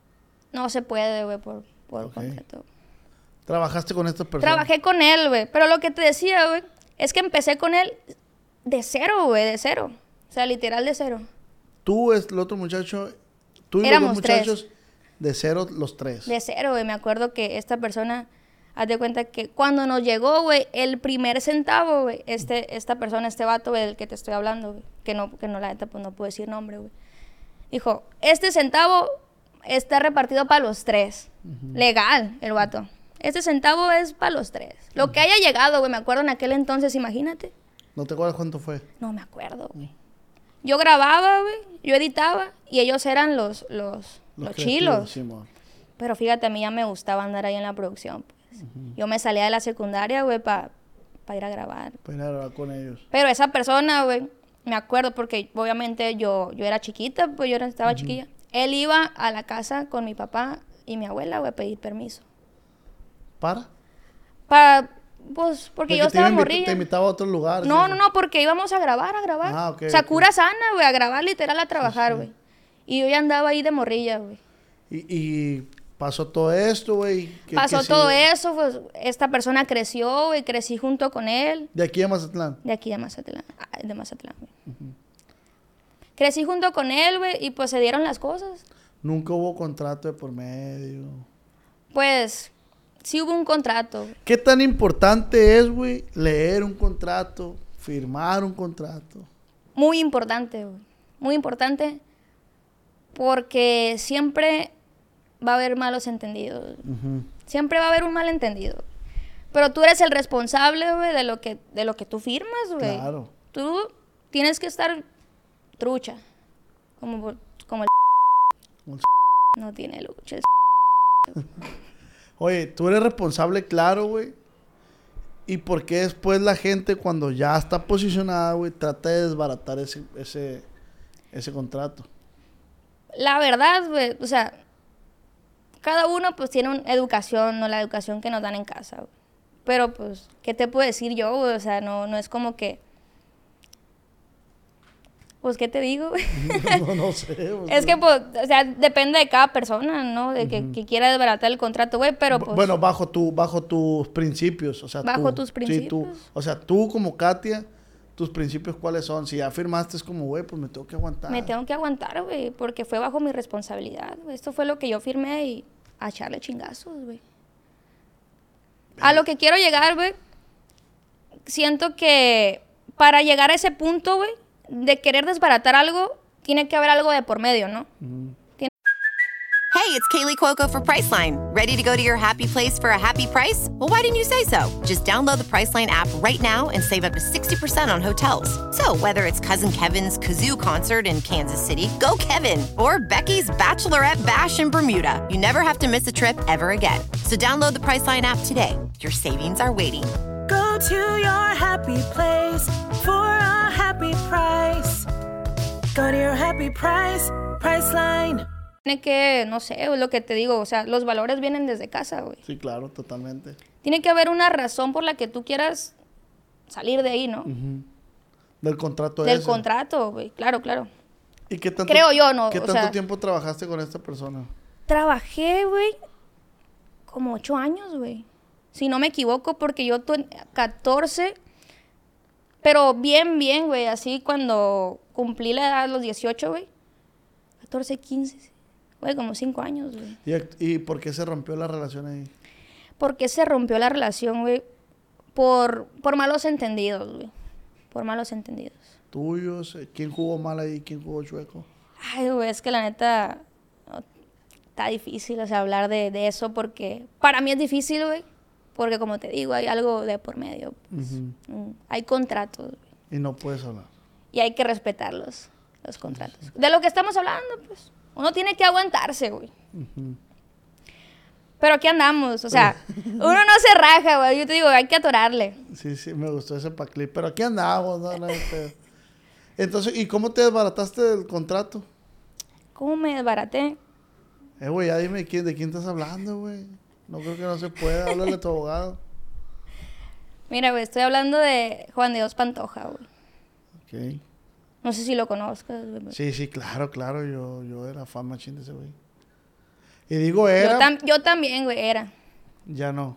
[SPEAKER 4] No se puede, güey, por, por
[SPEAKER 2] okay.
[SPEAKER 4] completo.
[SPEAKER 2] ¿Trabajaste con esta persona?
[SPEAKER 4] Trabajé con él, güey. Pero lo que te decía, güey, es que empecé con él de cero, güey, de cero. O sea, literal de cero.
[SPEAKER 2] Tú, es el otro muchacho, tú y
[SPEAKER 4] Éramos
[SPEAKER 2] los dos muchachos,
[SPEAKER 4] tres.
[SPEAKER 2] De cero los tres.
[SPEAKER 4] De cero, güey. Me acuerdo que esta persona... Haz de cuenta que cuando nos llegó, güey, el primer centavo, güey, este, esta persona, este vato, güey, del que te estoy hablando, güey, que no, que no, la neta, pues no puedo decir nombre, güey. Dijo, este centavo está repartido para los tres. Uh-huh. Legal, el vato. Este centavo es para los tres. Lo uh-huh. que haya llegado, güey, me acuerdo en aquel entonces, imagínate.
[SPEAKER 2] ¿No te acuerdas cuánto fue?
[SPEAKER 4] No me acuerdo, güey. Yo grababa, güey, yo editaba, y ellos eran los, los, los, los chilos. Sí, pero fíjate, a mí ya me gustaba andar ahí en la producción, pues. Uh-huh. Yo me salía de la secundaria, güey, para pa ir a grabar.
[SPEAKER 2] Para ir a grabar con ellos.
[SPEAKER 4] Pero esa persona, güey, me acuerdo porque obviamente yo, yo era chiquita, pues yo era, estaba uh-huh. chiquilla. Él iba a la casa con mi papá y mi abuela, güey, a pedir permiso.
[SPEAKER 2] ¿Para?
[SPEAKER 4] Para, pues, porque, porque yo estaba
[SPEAKER 2] te
[SPEAKER 4] morrilla.
[SPEAKER 2] ¿Te invitaba a otros lugares?
[SPEAKER 4] No, no, no, porque íbamos a grabar, a grabar.
[SPEAKER 2] Ah, ok.
[SPEAKER 4] Sakura
[SPEAKER 2] okay.
[SPEAKER 4] sana, güey, a grabar literal, a trabajar, güey. Sí, sí. Y yo ya andaba ahí de morrilla, güey.
[SPEAKER 2] Y, y Pasó todo esto, güey. ¿Qué-
[SPEAKER 4] Pasó
[SPEAKER 2] qué
[SPEAKER 4] todo
[SPEAKER 2] sigue?
[SPEAKER 4] eso, pues esta persona creció, güey, crecí junto con él.
[SPEAKER 2] De aquí a Mazatlán.
[SPEAKER 4] De aquí de Mazatlán, ah, de Mazatlán, güey. Crecí junto con él, güey, y pues se dieron las cosas.
[SPEAKER 2] Nunca hubo contrato de por medio.
[SPEAKER 4] Pues, sí hubo un contrato. güey.
[SPEAKER 2] ¿Qué tan importante es, güey, leer un contrato, firmar un contrato?
[SPEAKER 4] Muy importante, güey. Muy importante. Porque siempre va a haber malos entendidos.
[SPEAKER 2] Ujú.
[SPEAKER 4] Siempre va a haber un malentendido. Pero tú eres el responsable, güey, de lo que, de lo que tú firmas, güey.
[SPEAKER 2] Claro.
[SPEAKER 4] Tú tienes que estar trucha. Como, como el...
[SPEAKER 2] Como el
[SPEAKER 4] No tiene lucha. el
[SPEAKER 2] Oye, tú eres responsable, claro, güey. ¿Y por qué después la gente, cuando ya está posicionada, güey, trata de desbaratar ese, ese, ese contrato?
[SPEAKER 4] La verdad, güey, o sea, cada uno pues tiene una educación, no la educación que nos dan en casa, güey. Pero pues, ¿qué te puedo decir yo, güey? O sea, no, no es como que... Pues, ¿qué te digo, güey?
[SPEAKER 2] No, no sé. Pues,
[SPEAKER 4] Es que, pues, o sea, depende de cada persona, ¿no? De que, que quiera desbaratar el contrato, güey, pero pues...
[SPEAKER 2] Bueno, bajo, tu, bajo tus principios. O sea,
[SPEAKER 4] Bajo
[SPEAKER 2] tú,
[SPEAKER 4] tus
[SPEAKER 2] sí, tú.
[SPEAKER 4] principios.
[SPEAKER 2] O sea, tú como Katia, tus principios, ¿cuáles son? Si ya firmaste, es como, güey, pues me tengo que aguantar.
[SPEAKER 4] Me tengo que aguantar, güey, porque fue bajo mi responsabilidad, güey. Esto fue lo que yo firmé y a echarle chingazos, güey. A lo que quiero llegar, güey, siento que para llegar a ese punto, güey, de querer desbaratar algo, tiene que haber algo de por medio, ¿no?
[SPEAKER 6] Hey, it's Kaylee Cuoco for Priceline. Ready to go to your happy place for a happy price? Well, why didn't you say so? Just download the Priceline app right now and save up to sixty percent on hotels. So, whether it's Cousin Kevin's Kazoo concert in Kansas City, go Kevin, or Becky's Bachelorette Bash in Bermuda, you never have to miss a trip ever again. So, download the Priceline app today. Your savings are waiting.
[SPEAKER 7] Go to your happy place for a happy price. Go to your happy price, Priceline.
[SPEAKER 4] Tiene que, no sé, lo que te digo, o sea, los valores vienen desde casa, güey.
[SPEAKER 2] Sí, claro, totalmente.
[SPEAKER 4] Tiene que haber una razón por la que tú quieras salir de ahí, ¿no?
[SPEAKER 2] Del contrato
[SPEAKER 4] Del
[SPEAKER 2] ese.
[SPEAKER 4] contrato, güey, claro, claro.
[SPEAKER 2] ¿Y qué tanto,
[SPEAKER 4] Creo yo, ¿no?
[SPEAKER 2] ¿Qué
[SPEAKER 4] O
[SPEAKER 2] tanto
[SPEAKER 4] sea-
[SPEAKER 2] tiempo trabajaste con esta persona?
[SPEAKER 4] Trabajé, güey, como ocho años, güey. Si no me equivoco, porque yo tuve catorce, pero bien, bien, güey, así cuando cumplí la edad, los dieciocho, güey. catorce, quince, güey, como cinco años, güey.
[SPEAKER 2] ¿Y, act- ¿Y por qué se rompió la relación ahí?
[SPEAKER 4] ¿Por qué se rompió la relación, güey? Por, por malos entendidos, güey. Por malos entendidos.
[SPEAKER 2] ¿Tuyos? Eh, ¿Quién jugó mal ahí? ¿Quién jugó chueco?
[SPEAKER 4] Ay, güey, es que la neta no, está difícil, o sea, hablar de, de eso porque para mí es difícil, güey. Porque como te digo, hay algo de por medio. Pues, mm, hay contratos, güey.
[SPEAKER 2] Y no puedes hablar.
[SPEAKER 4] Y hay que respetarlos, los contratos. De lo que estamos hablando, pues. Uno tiene que aguantarse, güey. Pero aquí andamos, o sea, uno no se raja, güey. Yo te digo, hay que atorarle.
[SPEAKER 2] Sí, sí, me gustó ese paclip. Pero aquí andamos, no, no hay pedo. Entonces, ¿y cómo te desbarataste del contrato?
[SPEAKER 4] ¿Cómo me desbaraté?
[SPEAKER 2] Eh, güey, ya dime quién, de quién estás hablando, güey. No creo que no se pueda. Háblale a tu abogado.
[SPEAKER 4] Mira, güey, estoy hablando de Juan de Dios Pantoja, güey.
[SPEAKER 2] Ok.
[SPEAKER 4] No sé si lo conozcas, güey.
[SPEAKER 2] Sí, sí, claro, claro. Yo, yo era fan machín de ese güey. Y digo era,
[SPEAKER 4] Yo, tam- yo también, güey, era.
[SPEAKER 2] ya no.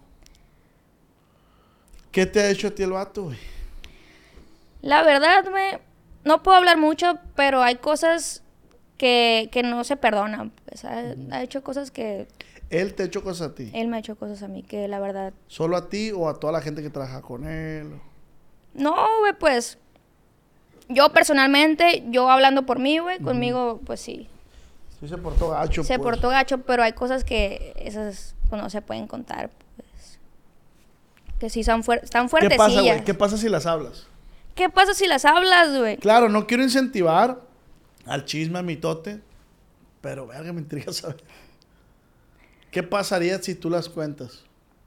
[SPEAKER 2] ¿Qué te ha hecho a ti el vato, güey?
[SPEAKER 4] La verdad, güey, no puedo hablar mucho, pero hay cosas que, que no se perdonan. Pues, ha, ha hecho cosas que...
[SPEAKER 2] Él te ha hecho cosas a ti.
[SPEAKER 4] Él me ha hecho cosas a mí que la verdad...
[SPEAKER 2] ¿Solo a ti o a toda la gente que trabaja con él?
[SPEAKER 4] No, güey, pues... Yo personalmente, yo hablando por mí, güey, conmigo, pues sí.
[SPEAKER 2] Sí se portó gacho,
[SPEAKER 4] Se
[SPEAKER 2] pues.
[SPEAKER 4] portó gacho, pero hay cosas que esas pues, no se pueden contar, pues. Que sí son fuer están
[SPEAKER 2] ¿Qué
[SPEAKER 4] fuertecillas.
[SPEAKER 2] pasa, güey? ¿Qué pasa si las hablas?
[SPEAKER 4] ¿Qué pasa si las hablas, güey?
[SPEAKER 2] Claro, no quiero incentivar al chisme, a mitote, pero verga, me intriga saber. ¿Qué pasaría si tú las cuentas?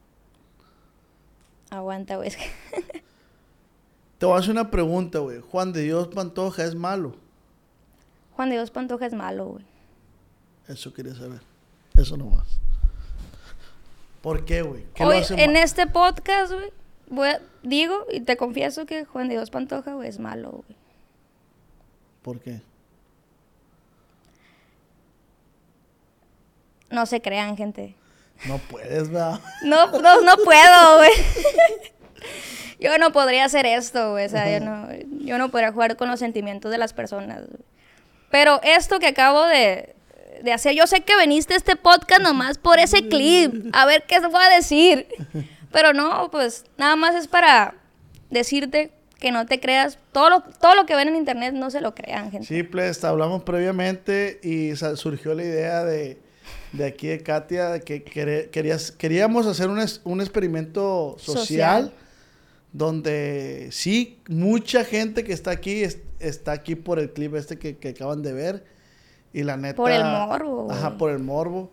[SPEAKER 4] Aguanta, güey. es que-
[SPEAKER 2] Te voy a hacer una pregunta, güey. Juan de Dios Pantoja es malo.
[SPEAKER 4] Juan de Dios Pantoja es malo, güey.
[SPEAKER 2] Eso quería saber. Eso nomás. ¿Por qué, güey? ¿Qué lo
[SPEAKER 4] Hoy,
[SPEAKER 2] hace
[SPEAKER 4] en
[SPEAKER 2] ma-
[SPEAKER 4] este podcast, güey, voy a- digo y te confieso que Juan de Dios Pantoja, güey, es malo, güey.
[SPEAKER 2] ¿Por qué?
[SPEAKER 4] no se crean, gente.
[SPEAKER 2] No puedes, ¿verdad?
[SPEAKER 4] No, no, no puedo, güey. Yo no podría hacer esto, güey. O sea, yo no, yo no podría jugar con los sentimientos de las personas, güey. Pero esto que acabo de, de hacer, yo sé que viniste a este podcast nomás por ese clip. A ver qué se voy a decir. Pero no, pues nada más es para decirte que no te creas. Todo lo, todo lo que ven en internet no se lo crean, gente.
[SPEAKER 2] Sí, pues hablamos previamente y surgió la idea de, de aquí de Katia de que quer, querías, queríamos hacer un, es, un experimento social, social, donde sí, mucha gente que está aquí es, está aquí por el clip este que, que acaban de ver y la neta...
[SPEAKER 4] Por el morbo. Güey.
[SPEAKER 2] Ajá, por el morbo.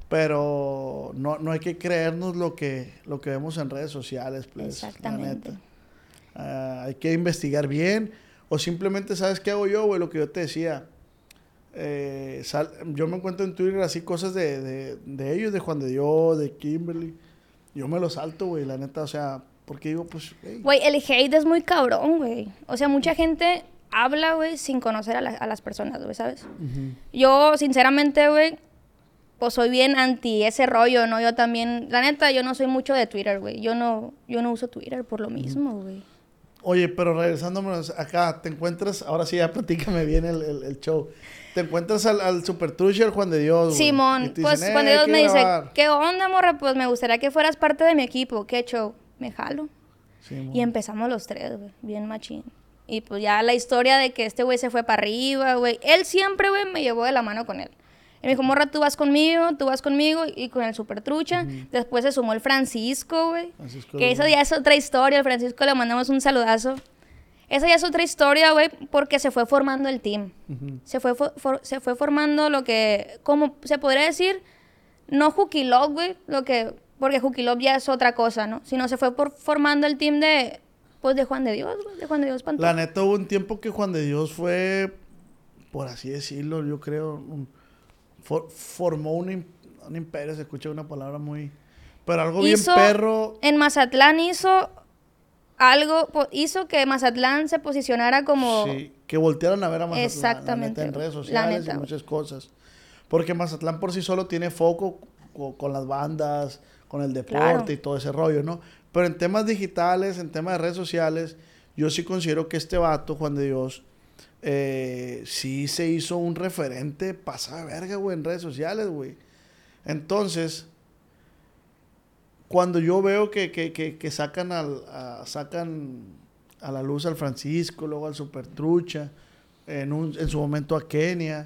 [SPEAKER 2] Pero no, no hay que creernos lo que, lo que vemos en redes sociales, pues.
[SPEAKER 4] Exactamente.
[SPEAKER 2] Uh, hay que investigar bien. O simplemente, ¿sabes qué hago yo, güey? Lo que yo te decía. Eh, sal, yo me encuentro en Twitter así cosas de, de, de ellos, de Juan de Dios, de Kimberly. Yo me lo salto, güey, la neta, o sea, porque digo, pues...
[SPEAKER 4] Güey, hey. El hate es muy cabrón, güey. O sea, mucha gente habla, güey, sin conocer a, la, a las personas, güey, ¿sabes? Uh-huh. Yo, sinceramente, güey, pues soy bien anti ese rollo, ¿no? Yo también, la neta, yo no soy mucho de Twitter, güey. Yo no, yo no uso Twitter por lo mismo, güey. Uh-huh.
[SPEAKER 2] Oye, pero regresándonos acá, te encuentras, ahora sí ya platícame bien el, el, el show. Te encuentras al, al Super Truche, al Juan de Dios, güey.
[SPEAKER 4] Simón, pues dicen, Juan de Dios me grabar. dice, ¿qué onda, morra? Pues me gustaría que fueras parte de mi equipo. ¿Qué show? Me jalo. Simón. Y empezamos los tres, güey, bien machín. Y pues ya la historia de que este güey se fue para arriba, güey. Él siempre, güey, me llevó de la mano con él. Y me dijo, morra, tú vas conmigo, tú vas conmigo, y con el Super Trucha. Uh-huh. Después se sumó el Francisco, güey. Que eso ya es otra historia. Al Francisco le mandamos un saludazo. Esa ya es otra historia, güey, porque se fue formando el team. Uh-huh. Se fue for, for, se fue formando lo que, como se podría decir, no Juquilop, güey, lo que, porque Juquilop ya es otra cosa, ¿no? Sino se fue por, formando el team de, pues, de Juan de Dios, güey, de Juan de Dios Pantoja.
[SPEAKER 2] La neta, hubo un tiempo que Juan de Dios fue, por así decirlo, yo creo, un... For, formó un, un imperio, se escucha una palabra muy... Pero algo
[SPEAKER 4] hizo,
[SPEAKER 2] bien perro...
[SPEAKER 4] En Mazatlán hizo algo... Hizo que Mazatlán se posicionara como...
[SPEAKER 2] Sí, que voltearan a ver a Mazatlán.
[SPEAKER 4] Exactamente.
[SPEAKER 2] La neta, en redes sociales neta, y muchas cosas. Porque Mazatlán por sí solo tiene foco con, con las bandas, con el deporte claro. y todo ese rollo, ¿no? Pero en temas digitales, en temas de redes sociales, yo sí considero que este vato, Juan de Dios... Eh, sí se hizo un referente pasada de verga, güey, en redes sociales, güey. Entonces, cuando yo veo que, que, que, que sacan, al, a, sacan a la luz al Francisco, luego al Super Trucha, en, un, en su momento a Kenia,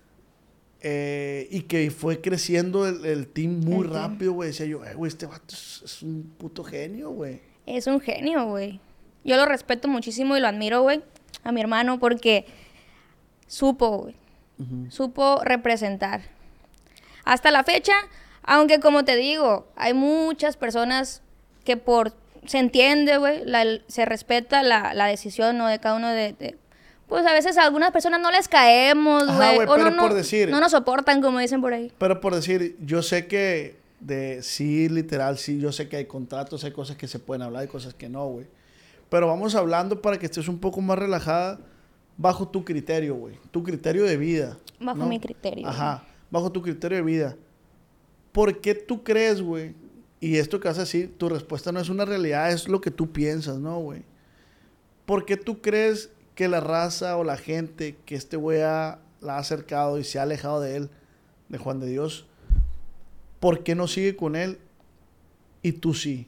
[SPEAKER 2] eh, y que fue creciendo el, el team muy el rápido, güey, decía yo, eh, güey, este vato es, es un puto genio, güey.
[SPEAKER 4] Es un genio, güey. Yo lo respeto muchísimo y lo admiro, güey. A mi hermano porque supo, güey, uh-huh. supo representar. Hasta la fecha, aunque como te digo, hay muchas personas que por, se entiende, güey, se respeta la, la decisión, ¿no? De cada uno de, de, pues a veces a algunas personas no les caemos, güey, o no, no, por decir, no nos soportan, como dicen por ahí.
[SPEAKER 2] Pero por decir, yo sé que de sí, literal, sí, yo sé que hay contratos, hay cosas que se pueden hablar, hay cosas que no, güey. Pero vamos hablando para que estés un poco más relajada bajo tu criterio, güey. Tu criterio de vida.
[SPEAKER 4] Bajo ¿no? mi criterio.
[SPEAKER 2] Ajá. Bajo tu criterio de vida. ¿Por qué tú crees, güey? Y esto que vas a decir, tu respuesta no es una realidad, es lo que tú piensas, ¿no, güey? ¿Por qué tú crees que la raza o la gente que este güey ha, la ha acercado y se ha alejado de él, de Juan de Dios, ¿por qué no sigue con él y tú sí?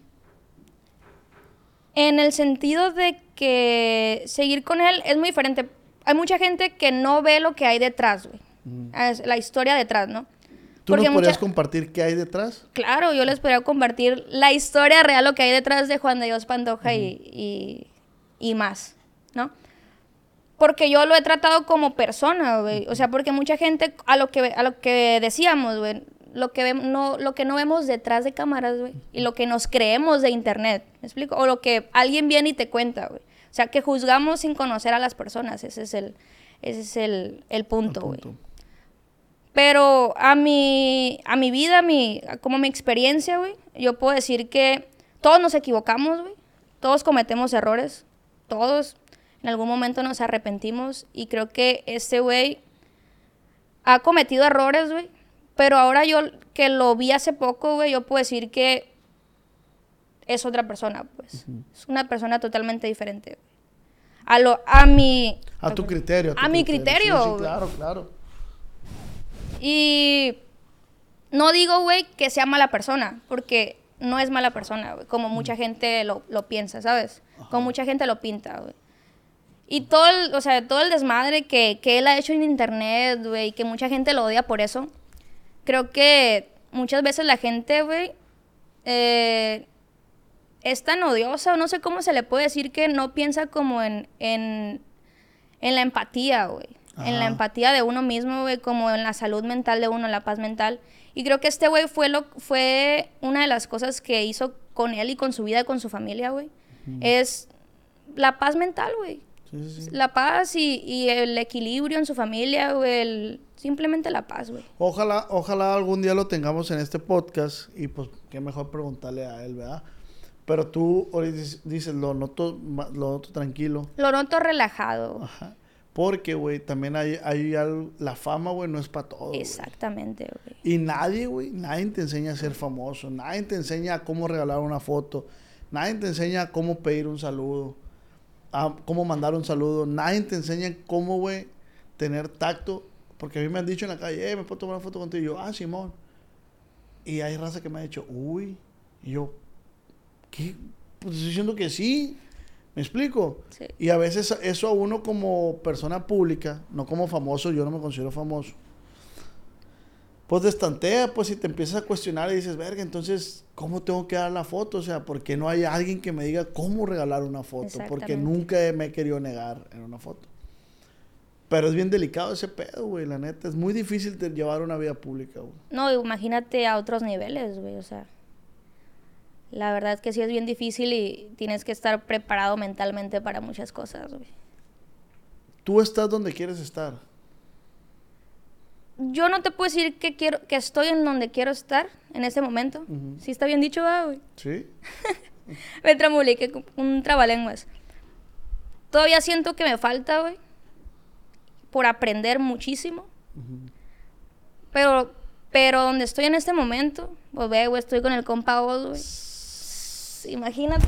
[SPEAKER 4] En el sentido de que seguir con él es muy diferente. Hay mucha gente que no ve lo que hay detrás, güey. Mm. Es la historia detrás, ¿no?
[SPEAKER 2] ¿Tú Porque nos podrías mucha... compartir qué hay detrás?
[SPEAKER 4] Claro, yo les podría compartir la historia real, lo que hay detrás de Juan de Dios Pantoja mm. y, y, y más, ¿no? Porque yo lo he tratado como persona, güey. O sea, porque mucha gente, a lo que, a lo que decíamos, güey, lo que, ve, no, lo que no vemos detrás de cámaras, güey, y lo que nos creemos de internet, ¿me explico? O lo que alguien viene y te cuenta, güey. O sea, que juzgamos sin conocer a las personas, ese es el, ese es el, el punto, güey. Pero a mi, a mi vida, a mi, como mi experiencia, güey, yo puedo decir que todos nos equivocamos, güey, todos cometemos errores, todos en algún momento nos arrepentimos, y creo que este güey ha cometido errores, güey, Pero ahora yo, que lo vi hace poco, güey, yo puedo decir que es otra persona, pues. Uh-huh. Es una persona totalmente diferente, güey. A, lo, a mi...
[SPEAKER 2] A tu criterio. A, tu
[SPEAKER 4] a mi criterio.
[SPEAKER 2] Sí, sí, claro, claro.
[SPEAKER 4] Y no digo, güey, que sea mala persona, porque no es mala persona, güey, como mucha gente lo, lo piensa, ¿sabes? Ajá. Como mucha gente lo pinta, güey. Y todo el, o sea, todo el desmadre que, que él ha hecho en internet, güey, que mucha gente lo odia por eso. Creo que muchas veces la gente, güey, eh, es tan odiosa, o no sé cómo se le puede decir, que no piensa como en, en, en la empatía, güey. En la empatía de uno mismo, güey, como en la salud mental de uno, la paz mental. Y creo que este güey fue, lo, fue una de las cosas que hizo con él y con su vida y con su familia, güey. Uh-huh. Es la paz mental, güey. Sí, sí, sí. La paz y, y el equilibrio en su familia, güey. El, simplemente la paz, güey.
[SPEAKER 2] Ojalá, ojalá algún día lo tengamos en este podcast y pues qué mejor preguntarle a él, ¿verdad? Pero tú dices, lo noto, lo noto tranquilo.
[SPEAKER 4] Lo noto relajado.
[SPEAKER 2] Ajá. Porque, güey, también hay, hay algo, la fama, güey, no es para todo.
[SPEAKER 4] Exactamente, güey.
[SPEAKER 2] Y nadie, güey, nadie te enseña a ser famoso. Nadie te enseña cómo regalar una foto. Nadie te enseña cómo pedir un saludo. A cómo mandar un saludo. Nadie te enseña cómo, güey, tener tacto. Porque a mí me han dicho en la calle, eh, ¿me puedo tomar una foto contigo? Y yo, ah, Simón. Y hay raza que me ha dicho, uy. Y yo, ¿qué? Pues estoy diciendo que sí. ¿Me explico?
[SPEAKER 4] Sí.
[SPEAKER 2] Y a veces eso a uno como persona pública, no como famoso, yo no me considero famoso, pues destantea, pues si te empiezas a cuestionar y dices, verga, entonces, ¿cómo tengo que dar la foto? O sea, ¿por qué no hay alguien que me diga cómo regalar una foto? Porque nunca me he querido negar en una foto. Pero es bien delicado ese pedo, güey, la neta. Es muy difícil de llevar una vida pública, güey.
[SPEAKER 4] No, imagínate a otros niveles, güey, o sea... La verdad es que sí es bien difícil y tienes que estar preparado mentalmente para muchas cosas, güey.
[SPEAKER 2] ¿Tú estás donde quieres estar?
[SPEAKER 4] Yo no te puedo decir que quiero, que estoy en donde quiero estar en ese momento. Uh-huh. ¿Sí está bien dicho, güey?
[SPEAKER 2] Sí.
[SPEAKER 4] Me tramuliqué con un trabalenguas. Todavía siento que me falta, güey, por aprender muchísimo. Uh-huh. Pero, pero donde estoy en este momento, pues ve, güey, estoy con el compa Oz, güey. Imagínate.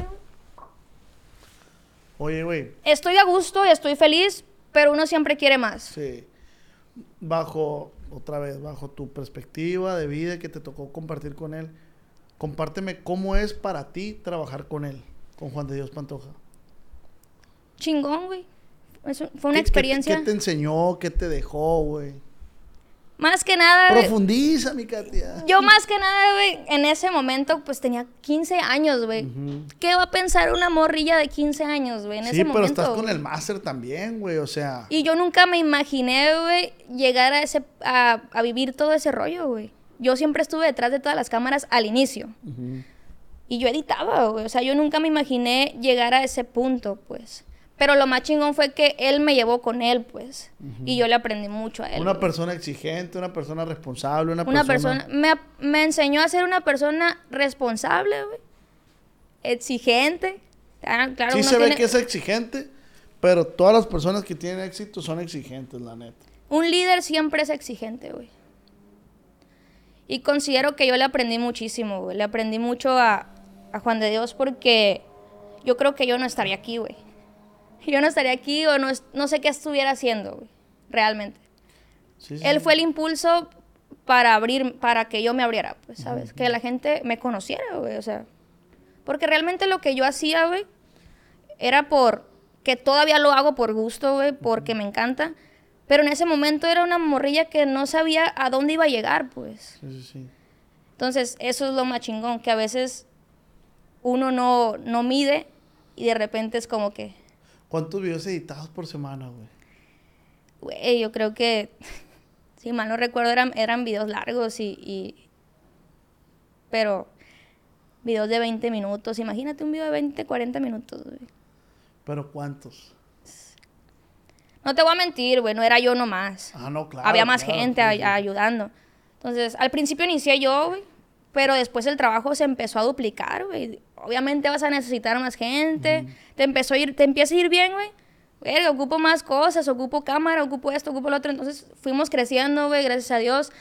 [SPEAKER 2] Oye, güey.
[SPEAKER 4] Estoy a gusto y estoy feliz, pero uno siempre quiere más.
[SPEAKER 2] Sí. Bajo, otra vez, bajo tu perspectiva de vida que te tocó compartir con él, compárteme cómo es para ti trabajar con él, con Juan de Dios Pantoja.
[SPEAKER 4] Chingón, güey. Fue una
[SPEAKER 2] ¿Qué,
[SPEAKER 4] experiencia.
[SPEAKER 2] ¿Qué te enseñó? ¿Qué te dejó, güey?
[SPEAKER 4] Más que nada...
[SPEAKER 2] Profundiza, mi Katia.
[SPEAKER 4] Yo más que nada, güey, en ese momento, pues tenía quince años, güey. Uh-huh. ¿Qué va a pensar una morrilla de quince años, güey, en
[SPEAKER 2] sí,
[SPEAKER 4] ese momento?
[SPEAKER 2] Sí, pero estás
[SPEAKER 4] güey.
[SPEAKER 2] con el máster también, güey, o sea...
[SPEAKER 4] Y yo nunca me imaginé, güey, llegar a ese... A, a vivir todo ese rollo, güey. Yo siempre estuve detrás de todas las cámaras al inicio. Uh-huh. Y yo editaba, güey. O sea, yo nunca me imaginé llegar a ese punto, pues... Pero lo más chingón fue que él me llevó con él, pues. Uh-huh. Y yo le aprendí mucho a él.
[SPEAKER 2] Una
[SPEAKER 4] güey.
[SPEAKER 2] persona exigente, una persona responsable, una,
[SPEAKER 4] una
[SPEAKER 2] persona...
[SPEAKER 4] persona... Me, me enseñó a ser una persona responsable, güey. Exigente. Ah, claro,
[SPEAKER 2] sí
[SPEAKER 4] uno
[SPEAKER 2] se
[SPEAKER 4] tiene...
[SPEAKER 2] ve que es exigente, pero todas las personas que tienen éxito son exigentes, la neta.
[SPEAKER 4] Un líder siempre es exigente, güey. Y considero que yo le aprendí muchísimo, güey. Le aprendí mucho a, a Juan de Dios porque yo creo que yo no estaría aquí, güey. Yo no estaría aquí o no, no sé qué estuviera haciendo, güey, realmente. Sí, sí. Él fue el impulso para abrir, para que yo me abriera, pues, ¿sabes? Uh-huh. Que la gente me conociera, güey, o sea. Porque realmente lo que yo hacía, güey, era por, que todavía lo hago por gusto, güey, porque uh-huh. me encanta. Pero en ese momento era una morrilla que no sabía a dónde iba a llegar, pues.
[SPEAKER 2] Sí, sí, sí.
[SPEAKER 4] Entonces, eso es lo más chingón, que a veces uno no, no mide y de repente es como que...
[SPEAKER 2] ¿Cuántos videos editados por semana, güey?
[SPEAKER 4] Güey, yo creo que, si mal no recuerdo, eran, eran videos largos y, y... Pero, videos de veinte minutos. Imagínate un video de veinte, cuarenta minutos, güey.
[SPEAKER 2] ¿Pero cuántos?
[SPEAKER 4] No te voy a mentir, güey, no era yo nomás.
[SPEAKER 2] Ah, no, claro.
[SPEAKER 4] Había más
[SPEAKER 2] claro,
[SPEAKER 4] gente
[SPEAKER 2] sí, sí.
[SPEAKER 4] a, ayudando. Entonces, al principio inicié yo, güey, pero después el trabajo se empezó a duplicar, güey. Obviamente vas a necesitar más gente. Uh-huh. Te empezó a ir, te empieza a ir bien, güey. Güey, ocupo más cosas, ocupo cámara, ocupo esto, ocupo lo otro. Entonces, fuimos creciendo, güey, gracias a Dios.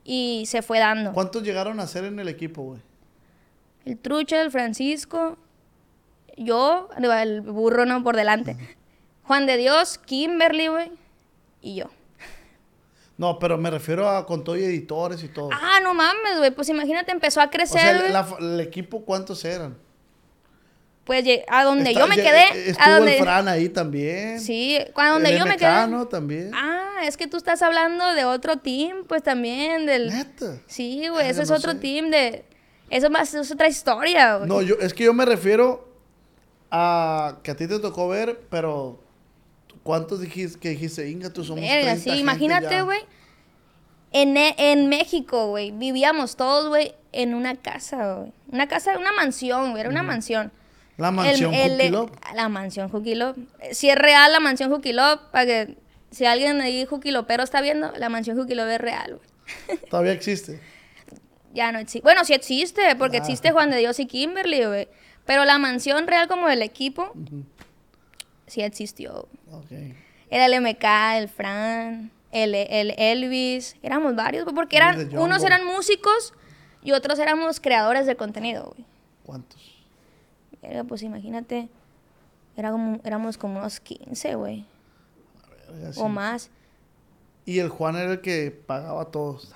[SPEAKER 4] y se fue dando.
[SPEAKER 2] ¿Cuántos llegaron a ser en el equipo, güey?
[SPEAKER 4] El Trucha, el Francisco, yo, el burro no por delante. Uh-huh. Juan de Dios, Kimberly, güey, y yo.
[SPEAKER 2] No, pero me refiero a con todo y editores y todo.
[SPEAKER 4] Ah, no mames, güey, pues imagínate, empezó a crecer,
[SPEAKER 2] o sea,
[SPEAKER 4] güey.
[SPEAKER 2] La, el equipo, ¿cuántos eran?
[SPEAKER 4] Pues a donde
[SPEAKER 2] Está,
[SPEAKER 4] yo me
[SPEAKER 2] ya,
[SPEAKER 4] quedé.
[SPEAKER 2] Estuvo
[SPEAKER 4] a donde,
[SPEAKER 2] el Fran ahí también.
[SPEAKER 4] Sí, a donde
[SPEAKER 2] el
[SPEAKER 4] yo
[SPEAKER 2] M K,
[SPEAKER 4] me quedé.
[SPEAKER 2] ¿no? También.
[SPEAKER 4] Ah, es que tú estás hablando de otro team, pues también. Del...
[SPEAKER 2] ¿Neta?
[SPEAKER 4] Sí, güey, ese
[SPEAKER 2] no
[SPEAKER 4] es otro
[SPEAKER 2] sé.
[SPEAKER 4] team de... Eso más, es otra historia, güey.
[SPEAKER 2] No, yo, es que yo me refiero a que a ti te tocó ver, pero ¿cuántos dijiste que dijiste, Inga, tú somos
[SPEAKER 4] Verga,
[SPEAKER 2] treinta
[SPEAKER 4] sí,
[SPEAKER 2] gente
[SPEAKER 4] imagínate,
[SPEAKER 2] ya"?
[SPEAKER 4] güey. En, en México, güey, vivíamos todos, güey, en una casa, güey. Una casa, una mansión, güey, era una uh-huh. mansión.
[SPEAKER 2] La mansión Juquilop.
[SPEAKER 4] La mansión Juquilop. Si es real la mansión Juquilop, para que si alguien ahí Juquilopero está viendo, la mansión Juquilop es real, güey.
[SPEAKER 2] ¿Todavía existe?
[SPEAKER 4] Ya no existe. Bueno, sí existe, porque ah. existe Juan de Dios y Kimberly, güey. Pero la mansión real como el equipo, uh-huh. sí existió.
[SPEAKER 2] Okay.
[SPEAKER 4] Era el M K, el Fran, el, el Elvis. Éramos varios, güey, porque eran, unos eran músicos y otros éramos creadores de contenido, güey.
[SPEAKER 2] ¿Cuántos?
[SPEAKER 4] Era, pues imagínate, era como, éramos como unos quince, güey. Sí. O más.
[SPEAKER 2] Y el Juan era el que pagaba a todos.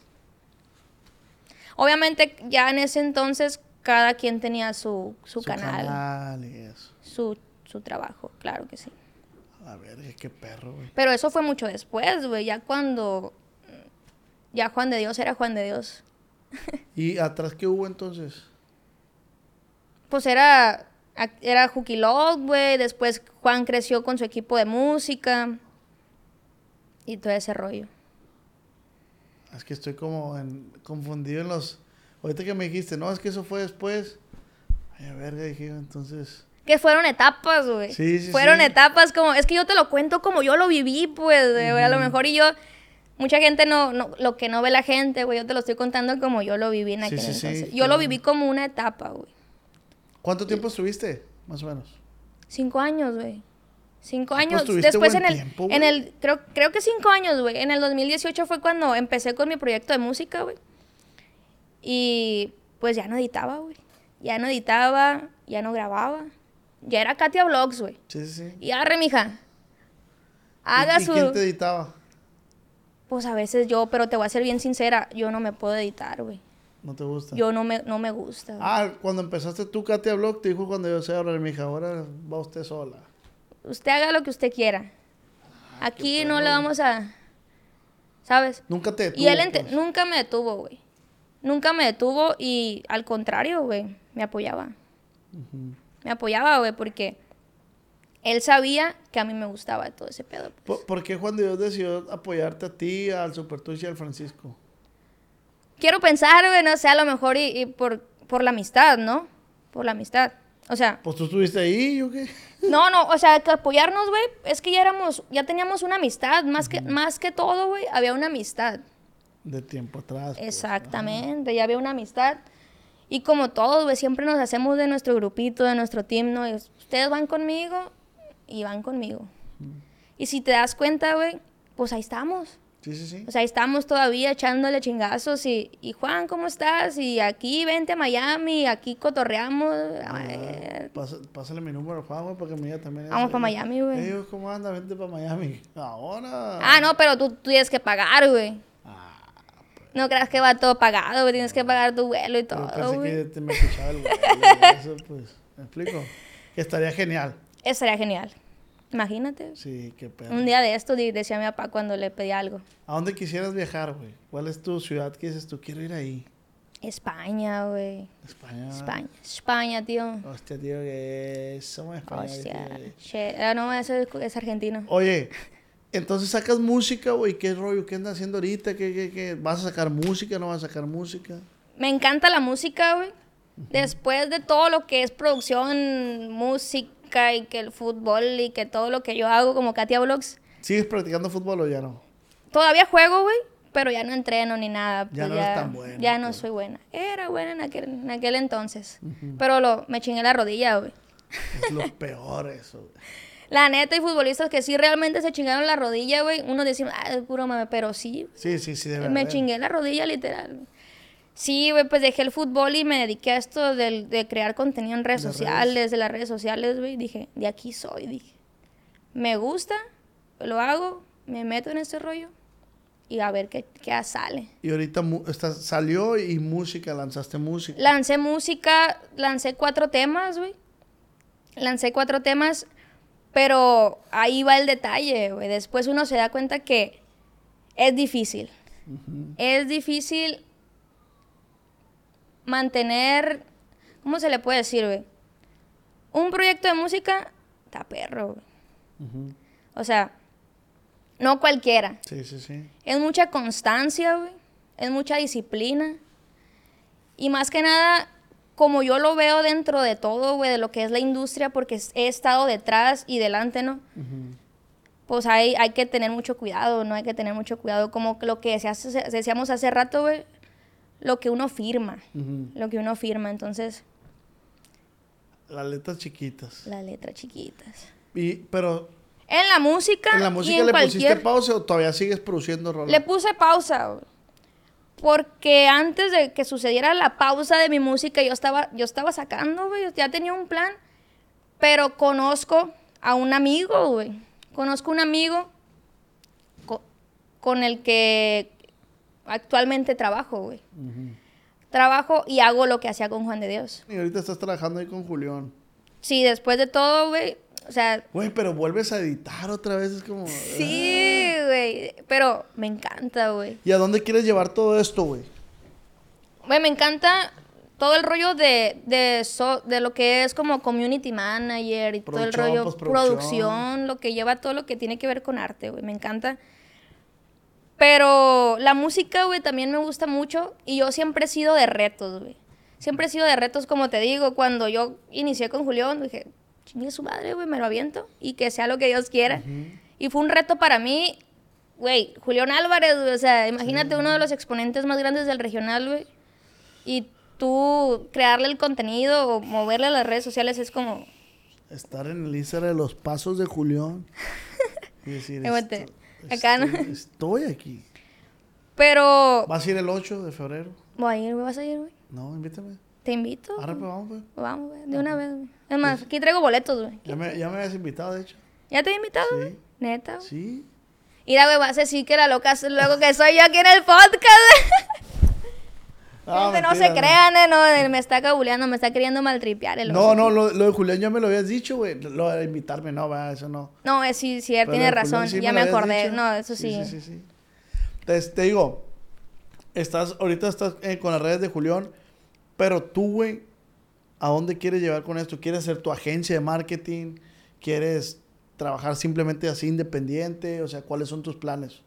[SPEAKER 4] Obviamente, ya en ese entonces, cada quien tenía su, su,
[SPEAKER 2] su
[SPEAKER 4] canal.
[SPEAKER 2] canal y eso.
[SPEAKER 4] Su, su trabajo, claro que sí.
[SPEAKER 2] A ver, qué perro, güey.
[SPEAKER 4] Pero eso fue mucho después, güey. Ya cuando... Ya Juan de Dios era Juan de Dios.
[SPEAKER 2] ¿Y atrás qué hubo entonces?
[SPEAKER 4] Pues era... Era Juquilop, güey. Después Juan creció con su equipo de música. Y todo ese rollo.
[SPEAKER 2] Es que estoy como en, confundido en los... Ahorita que me dijiste, no, es que eso fue después. Ay, a ver, dije, entonces...
[SPEAKER 4] Que fueron etapas, güey.
[SPEAKER 2] Sí, sí,
[SPEAKER 4] Fueron
[SPEAKER 2] sí.
[SPEAKER 4] etapas como... Es que yo te lo cuento como yo lo viví, pues, güey. Uh-huh. A lo mejor y yo... Mucha gente no, no... Lo que no ve la gente, güey, yo te lo estoy contando como yo lo viví en aquel
[SPEAKER 2] sí, sí,
[SPEAKER 4] entonces.
[SPEAKER 2] Sí,
[SPEAKER 4] yo
[SPEAKER 2] claro.
[SPEAKER 4] lo viví como una etapa, güey.
[SPEAKER 2] ¿Cuánto tiempo estuviste, más o menos?
[SPEAKER 4] Cinco años, güey. Cinco
[SPEAKER 2] Ah,
[SPEAKER 4] años.
[SPEAKER 2] Pues
[SPEAKER 4] Después en el...
[SPEAKER 2] tiempo,
[SPEAKER 4] en el creo, creo que cinco años, güey. En el dos mil dieciocho fue cuando empecé con mi proyecto de música, güey. Y pues ya no editaba, güey. Ya no editaba, ya no grababa. Ya era Katia Vlogs, güey.
[SPEAKER 2] Sí, sí, sí.
[SPEAKER 4] Y arre, mija. Haga
[SPEAKER 2] ¿Y,
[SPEAKER 4] su...
[SPEAKER 2] ¿Y quién te editaba?
[SPEAKER 4] Pues a veces yo, pero te voy a ser bien sincera, yo no me puedo editar, güey.
[SPEAKER 2] ¿No te gusta?
[SPEAKER 4] Yo no me, no me gusta. Güey.
[SPEAKER 2] Ah, cuando empezaste tú, Katia Vlog, te dijo cuando yo sé, ahora, mija, ahora va usted sola.
[SPEAKER 4] Usted haga lo que usted quiera. Ah, aquí no le vamos a... ¿Sabes?
[SPEAKER 2] Nunca te detuvo,
[SPEAKER 4] Y él ente-
[SPEAKER 2] pues.
[SPEAKER 4] nunca me detuvo, güey. Nunca me detuvo y al contrario, güey, me apoyaba. Uh-huh. Me apoyaba, güey, porque él sabía que a mí me gustaba todo ese pedo. Pues.
[SPEAKER 2] ¿Por, ¿Por qué Juan de Dios decidió apoyarte a ti, al Super Tush y al Francisco?
[SPEAKER 4] Quiero pensar, güey, no sé, a lo mejor y, y por, por la amistad, ¿no? Por la amistad. O sea...
[SPEAKER 2] Pues tú estuviste ahí, ¿o qué?
[SPEAKER 4] No, no, o sea, que apoyarnos, güey, es que ya éramos, ya teníamos una amistad, más que, uh-huh. más que todo, güey, había una amistad.
[SPEAKER 2] De tiempo atrás.
[SPEAKER 4] Exactamente, pues, ya había una amistad. Y como todos, güey, siempre nos hacemos de nuestro grupito, de nuestro team, ¿no? Y ustedes van conmigo y van conmigo. Uh-huh. Y si te das cuenta, güey, pues ahí estamos.
[SPEAKER 2] Sí, sí, sí.
[SPEAKER 4] O sea, ahí estamos todavía echándole chingazos y, y Juan, ¿cómo estás? Y aquí vente a Miami, aquí cotorreamos.
[SPEAKER 2] Ah, pasa, pásale mi número, Juan, güey, para que me diga también.
[SPEAKER 4] Vamos para Miami, güey.
[SPEAKER 2] Ellos, ¿cómo anda? Vente para Miami. Ahora.
[SPEAKER 4] Ah, no, pero tú, tú tienes que pagar, güey.
[SPEAKER 2] Ah, pues.
[SPEAKER 4] No creas que va todo pagado, güey. Tienes que pagar tu vuelo y todo,
[SPEAKER 2] Yo pensé
[SPEAKER 4] güey.
[SPEAKER 2] que te me escuchaba el vuelo. Eso, pues, ¿me explico? Que estaría genial.
[SPEAKER 4] Estaría genial. Imagínate.
[SPEAKER 2] Sí, qué pedo.
[SPEAKER 4] Un día de esto decía mi papá cuando le pedí algo.
[SPEAKER 2] ¿A dónde quisieras viajar, güey? ¿Cuál es tu ciudad que dices tú? Quiero ir ahí.
[SPEAKER 4] España, güey.
[SPEAKER 2] España.
[SPEAKER 4] España. España, tío.
[SPEAKER 2] Hostia, tío, que somos españoles.
[SPEAKER 4] Hostia. Che, ah, no, eso es, es argentino.
[SPEAKER 2] Oye, entonces sacas música, güey. ¿Qué rollo? ¿Qué andas haciendo ahorita? ¿Qué, qué, qué? ¿Vas a sacar música? ¿No vas a sacar música?
[SPEAKER 4] Me encanta la música, güey. Uh-huh. Después de todo lo que es producción, música y que el fútbol y que todo lo que yo hago como Katia Vlogs.
[SPEAKER 2] ¿Sigues practicando fútbol o ya no?
[SPEAKER 4] Todavía juego, güey, pero ya no entreno ni nada.
[SPEAKER 2] Ya
[SPEAKER 4] pues
[SPEAKER 2] no
[SPEAKER 4] ya,
[SPEAKER 2] eres tan buena.
[SPEAKER 4] Ya no
[SPEAKER 2] pues.
[SPEAKER 4] soy buena. Era buena en aquel, en aquel entonces. Uh-huh. Pero lo, me chingué la rodilla, güey.
[SPEAKER 2] Es lo peor eso, güey.
[SPEAKER 4] La neta, hay futbolistas que sí realmente se chingaron la rodilla, güey. Uno dice, ah, es puro mame, pero sí.
[SPEAKER 2] Sí, sí, sí, debe
[SPEAKER 4] Me
[SPEAKER 2] haber.
[SPEAKER 4] chingué la rodilla, literal. Sí, güey, pues dejé el fútbol y me dediqué a esto de, de crear contenido en redes
[SPEAKER 2] De
[SPEAKER 4] sociales,
[SPEAKER 2] redes.
[SPEAKER 4] de las redes sociales, güey. Dije, de aquí soy, dije. Me gusta, lo hago, me meto en este rollo y a ver qué, qué sale.
[SPEAKER 2] Y ahorita mu- estás, salió y música, lanzaste música.
[SPEAKER 4] Lancé música, lancé cuatro temas, güey. Lancé cuatro temas, pero ahí va el detalle, güey. Después uno se da cuenta que es difícil. Uh-huh. Es difícil mantener, ¿cómo se le puede decir, güey? Un proyecto de música, está perro, güey. Uh-huh. O sea, no cualquiera.
[SPEAKER 2] Sí, sí, sí.
[SPEAKER 4] Es mucha constancia, güey. Es mucha disciplina. Y más que nada, como yo lo veo dentro de todo, güey, de lo que es la industria, porque he estado detrás y delante, ¿no? Uh-huh. Pues hay, hay que tener mucho cuidado, ¿no? Hay que tener mucho cuidado. Como lo que decíamos hace rato, güey, lo que uno firma. Uh-huh. Lo que uno firma, entonces...
[SPEAKER 2] Las letras chiquitas.
[SPEAKER 4] Las letras chiquitas.
[SPEAKER 2] Y, pero...
[SPEAKER 4] En la música.
[SPEAKER 2] ¿En la música
[SPEAKER 4] y en
[SPEAKER 2] le
[SPEAKER 4] cualquier...
[SPEAKER 2] pusiste pausa o todavía sigues produciendo rolas?
[SPEAKER 4] Le puse pausa, güey. Porque antes de que sucediera la pausa de mi música, yo estaba, yo estaba sacando, güey. Ya tenía un plan. Pero conozco a un amigo, güey. Conozco un amigo co- con el que actualmente trabajo, güey. Uh-huh. Trabajo y hago lo que hacía con Juan de Dios.
[SPEAKER 2] Y ahorita estás trabajando ahí con Julián.
[SPEAKER 4] Sí, después de todo, güey. O sea...
[SPEAKER 2] Güey, pero vuelves a editar otra vez, es como...
[SPEAKER 4] Sí, güey. Ah. Pero me encanta, güey.
[SPEAKER 2] ¿Y a dónde quieres llevar todo esto, güey?
[SPEAKER 4] Güey, me encanta todo el rollo de, de, so, de lo que es como community manager y todo el rollo producción, lo que lleva todo lo que tiene que ver con arte, güey. Me encanta. Pero la música, güey, también me gusta mucho y yo siempre he sido de retos, güey. Siempre he sido de retos, como te digo. Cuando yo inicié con Julián, dije, chingue su madre, güey, me lo aviento y que sea lo que Dios quiera. Uh-huh. Y fue un reto para mí, güey, Julián Álvarez, güey, o sea, imagínate, sí, uno de los exponentes más grandes del regional, güey, y tú crearle el contenido o moverle a las redes sociales es como...
[SPEAKER 2] Estar en el Instagram de los pasos de Julián. Y decir,
[SPEAKER 4] esto, acá,
[SPEAKER 2] estoy,
[SPEAKER 4] ¿no?
[SPEAKER 2] Estoy aquí.
[SPEAKER 4] Pero...
[SPEAKER 2] ¿Vas a ir el ocho de febrero?
[SPEAKER 4] Voy a ir, güey, ¿vas a ir, güey?
[SPEAKER 2] No, invítame.
[SPEAKER 4] ¿Te invito?
[SPEAKER 2] Ahora pues vamos, güey.
[SPEAKER 4] Vamos, güey, de una vez, güey. Es más, aquí traigo boletos, güey.
[SPEAKER 2] Ya me, ya me habías invitado, de hecho.
[SPEAKER 4] ¿Ya te he invitado,
[SPEAKER 2] sí.
[SPEAKER 4] güey? ¿Neta, güey?
[SPEAKER 2] Sí.
[SPEAKER 4] Mira, güey, vas a decir que la loca luego que soy yo aquí en el podcast. No, mentira, no se crean, eh, no, me está cabuleando, me está queriendo maltripear el
[SPEAKER 2] No, no, lo, lo de Julián ya me lo habías dicho, güey. Lo de invitarme, no, va, eso no.
[SPEAKER 4] No, es, sí, sí, él Pero tiene razón, sí ya me, me acordé. Dicho. No, eso sí.
[SPEAKER 2] Sí, sí, sí, sí. Entonces, te digo, estás, ahorita estás eh, con las redes de Julián, pero tú, güey, ¿a dónde quieres llevar con esto? ¿Quieres hacer tu agencia de marketing? ¿Quieres trabajar simplemente así independiente? O sea, ¿cuáles son tus planes?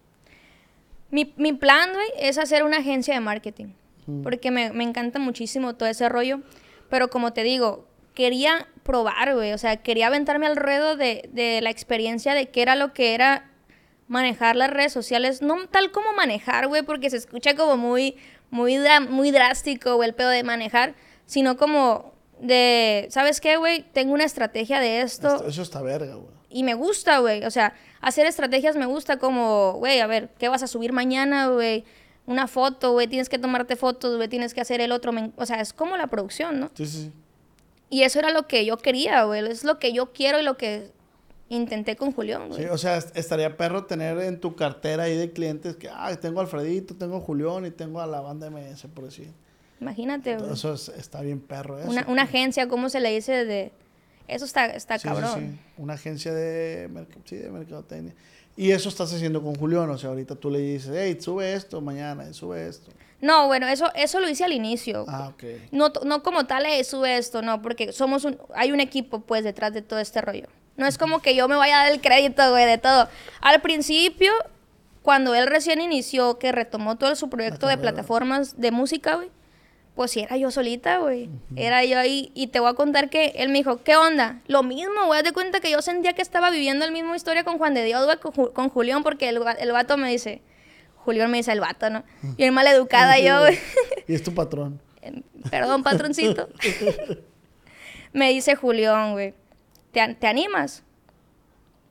[SPEAKER 4] Mi, mi plan, güey, es hacer una agencia de marketing. Porque me, me encanta muchísimo todo ese rollo. Pero como te digo, quería probar, güey. O sea, quería aventarme al ruedo de, de la experiencia de qué era lo que era manejar las redes sociales. No tal como manejar, güey, porque se escucha como muy, muy, muy drástico, güey, el pedo de manejar. Sino como de, ¿sabes qué, güey? Tengo una estrategia de esto.
[SPEAKER 2] esto eso está verga, güey.
[SPEAKER 4] Y me gusta, güey. O sea, hacer estrategias me gusta como, güey, a ver, ¿qué vas a subir mañana, güey? Una foto, güey, tienes que tomarte fotos, güey, tienes que hacer el otro. O sea, es como la producción, ¿no?
[SPEAKER 2] Sí, sí, sí.
[SPEAKER 4] Y eso era lo que yo quería, güey. Es lo que yo quiero y lo que intenté con Julián, güey.
[SPEAKER 2] Sí, o sea, estaría perro tener en tu cartera ahí de clientes que, ah, tengo a Alfredito, tengo a Julián y tengo a la banda M S, por decir.
[SPEAKER 4] Imagínate, güey.
[SPEAKER 2] Eso es, está bien perro eso.
[SPEAKER 4] Una, una agencia, ¿cómo se le dice? De... Eso está, está
[SPEAKER 2] sí,
[SPEAKER 4] cabrón.
[SPEAKER 2] Sí, sí. Una agencia de, merc- sí, de mercadotecnia. Y eso estás haciendo con Julián, o sea, ahorita tú le dices, hey, sube esto mañana, sube esto.
[SPEAKER 4] No, bueno, eso, eso lo hice al inicio.
[SPEAKER 2] Ah, ok.
[SPEAKER 4] No, no como tal, hey, sube esto, no, porque somos un, hay un equipo, pues, detrás de todo este rollo. No es como que yo me vaya a dar el crédito, güey, de todo. Al principio, cuando él recién inició, que retomó todo su proyecto de plataformas de música, güey, pues sí, era yo solita, güey. Uh-huh. Era yo ahí. Y te voy a contar que él me dijo, ¿qué onda? Lo mismo, güey. Haz de cuenta que yo sentía que estaba viviendo la misma historia con Juan de Dios, güey, con, con Julián, porque el, el vato me dice... Julián me dice el vato, ¿no? Y el maleducada yo, güey.
[SPEAKER 2] Y es tu patrón.
[SPEAKER 4] Perdón, patroncito. Me dice Julián, güey, ¿te, ¿te animas?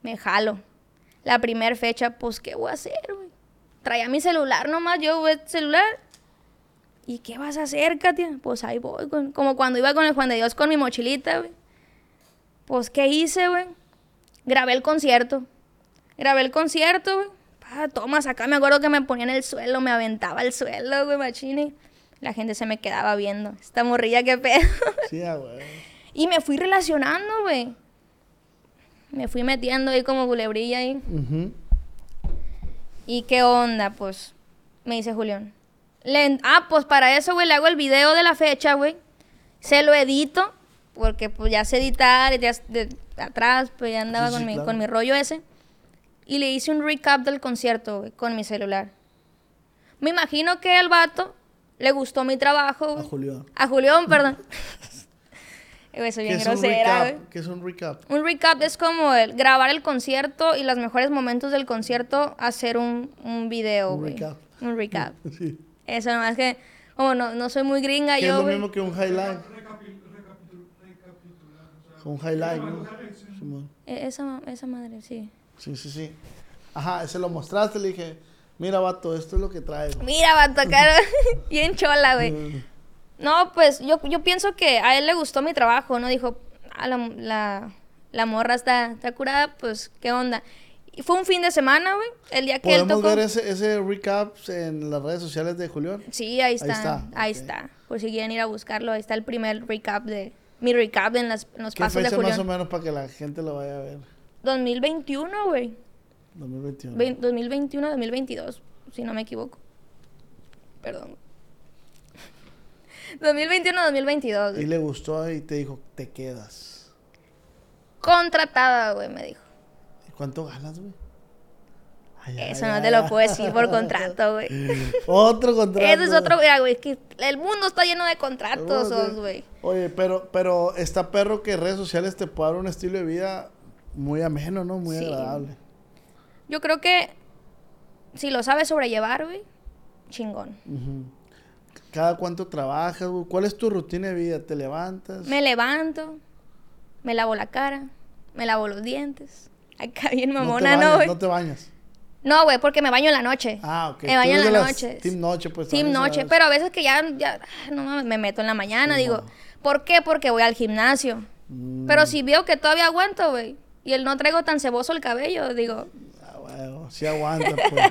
[SPEAKER 4] Me jalo. La primera fecha, pues, ¿qué voy a hacer, güey? Traía mi celular nomás, yo, güey, celular. ¿Y qué vas a hacer, Katia? Pues ahí voy, güey. Como cuando iba con el Juan de Dios con mi mochilita, güey. Pues, ¿qué hice, güey? Grabé el concierto. Grabé el concierto, güey. Pa, tomas acá, me acuerdo que me ponía en el suelo, me aventaba al suelo, güey, machini. La gente se me quedaba viendo. Esta morrilla, qué pedo.
[SPEAKER 2] Sí, güey.
[SPEAKER 4] Y me fui relacionando, güey. Me fui metiendo ahí como culebrilla ahí.
[SPEAKER 2] Uh-huh.
[SPEAKER 4] ¿Y qué onda? Pues, me dice Julián. Le, ah, pues para eso, güey, le hago el video de la fecha, güey. Se lo edito, porque pues ya sé editar, ya de, de atrás, pues ya andaba
[SPEAKER 2] Sí,
[SPEAKER 4] con,
[SPEAKER 2] sí,
[SPEAKER 4] mi,
[SPEAKER 2] claro.
[SPEAKER 4] con mi rollo ese. Y le hice un recap del concierto, güey, con mi celular. Me imagino que al vato le gustó mi trabajo,
[SPEAKER 2] A
[SPEAKER 4] güey.
[SPEAKER 2] Julián.
[SPEAKER 4] A Julián, perdón. Güey, soy
[SPEAKER 2] ¿Qué
[SPEAKER 4] bien
[SPEAKER 2] es un
[SPEAKER 4] grosera, güey.
[SPEAKER 2] recap? ¿Qué es un recap?
[SPEAKER 4] Un recap es como el grabar el concierto y los mejores momentos del concierto, hacer un, un video,
[SPEAKER 2] Un
[SPEAKER 4] güey.
[SPEAKER 2] recap.
[SPEAKER 4] Un recap.
[SPEAKER 2] Sí.
[SPEAKER 4] Eso nomás que, como no, no soy muy gringa
[SPEAKER 2] Que es
[SPEAKER 4] yo,
[SPEAKER 2] lo
[SPEAKER 4] güey.
[SPEAKER 2] mismo que un highlight. Un highlight, ¿no? Simón.
[SPEAKER 4] E- Esa, esa madre, sí.
[SPEAKER 2] Sí, sí, sí. Ajá, ese lo mostraste, le dije, mira, vato, esto es lo que traigo.
[SPEAKER 4] Mira, va a tocar bien chola, güey.
[SPEAKER 2] Mm.
[SPEAKER 4] No, pues yo, yo pienso que a él le gustó mi trabajo, ¿no? Dijo, ah, la, la, la morra está, está curada, pues, ¿qué onda? Y fue un fin de semana, güey, el día que él
[SPEAKER 2] ¿Podemos
[SPEAKER 4] tocó.
[SPEAKER 2] ver ese, ese recap en las redes sociales de Julián?
[SPEAKER 4] Sí, ahí está, ahí está.
[SPEAKER 2] está, ok.
[SPEAKER 4] Por si quieren ir a buscarlo, ahí está el primer recap de... Mi recap en, las, en los
[SPEAKER 2] ¿Qué
[SPEAKER 4] pasos de
[SPEAKER 2] fecha más o
[SPEAKER 4] Julián.
[SPEAKER 2] menos para que la gente lo vaya a ver?
[SPEAKER 4] dos mil veintiuno, güey.
[SPEAKER 2] dos mil veintiuno.
[SPEAKER 4] Vein- dos mil veintiuno, dos mil veintidós, si no me equivoco. Perdón. dos mil veintiuno, dos mil veintidós.
[SPEAKER 2] Y
[SPEAKER 4] güey.
[SPEAKER 2] le gustó y te dijo, te quedas.
[SPEAKER 4] Contratada, güey, me dijo.
[SPEAKER 2] ¿Y cuánto ganas, güey? Ay, ay,
[SPEAKER 4] Eso no
[SPEAKER 2] ay,
[SPEAKER 4] te lo
[SPEAKER 2] ay.
[SPEAKER 4] puedo decir por contrato, güey.
[SPEAKER 2] Otro contrato.
[SPEAKER 4] Eso es otro, mira, güey, es que el mundo está lleno de contratos,
[SPEAKER 2] Oye,
[SPEAKER 4] os, güey.
[SPEAKER 2] Oye, pero, pero está perro que redes sociales te puedan dar un estilo de vida muy ameno, ¿no? Muy
[SPEAKER 4] Sí.
[SPEAKER 2] agradable.
[SPEAKER 4] Yo creo que si lo sabes sobrellevar, güey, chingón.
[SPEAKER 2] Ujú. ¿Cada cuánto trabajas, güey? ¿Cuál es tu rutina de vida? ¿Te levantas?
[SPEAKER 4] Me levanto, me lavo la cara, me lavo los dientes. Acá bien
[SPEAKER 2] no te
[SPEAKER 4] mamona,
[SPEAKER 2] bañas,
[SPEAKER 4] ¿no, güey?
[SPEAKER 2] no te bañas.
[SPEAKER 4] No, güey, porque me baño en la noche.
[SPEAKER 2] Ah, ok.
[SPEAKER 4] Me
[SPEAKER 2] Tú
[SPEAKER 4] baño
[SPEAKER 2] eres
[SPEAKER 4] en
[SPEAKER 2] de
[SPEAKER 4] la
[SPEAKER 2] las
[SPEAKER 4] noche.
[SPEAKER 2] Team noche, pues.
[SPEAKER 4] Team
[SPEAKER 2] también,
[SPEAKER 4] noche,
[SPEAKER 2] ¿sabes?
[SPEAKER 4] pero a veces que ya, ya ah, no mames, me meto en la mañana,
[SPEAKER 2] Sí,
[SPEAKER 4] digo,
[SPEAKER 2] no.
[SPEAKER 4] ¿por qué? Porque voy al gimnasio.
[SPEAKER 2] Mm.
[SPEAKER 4] Pero si veo que todavía aguanto, güey, y el no traigo tan ceboso el cabello, digo,
[SPEAKER 2] Ah, bueno, sí aguanta, pues.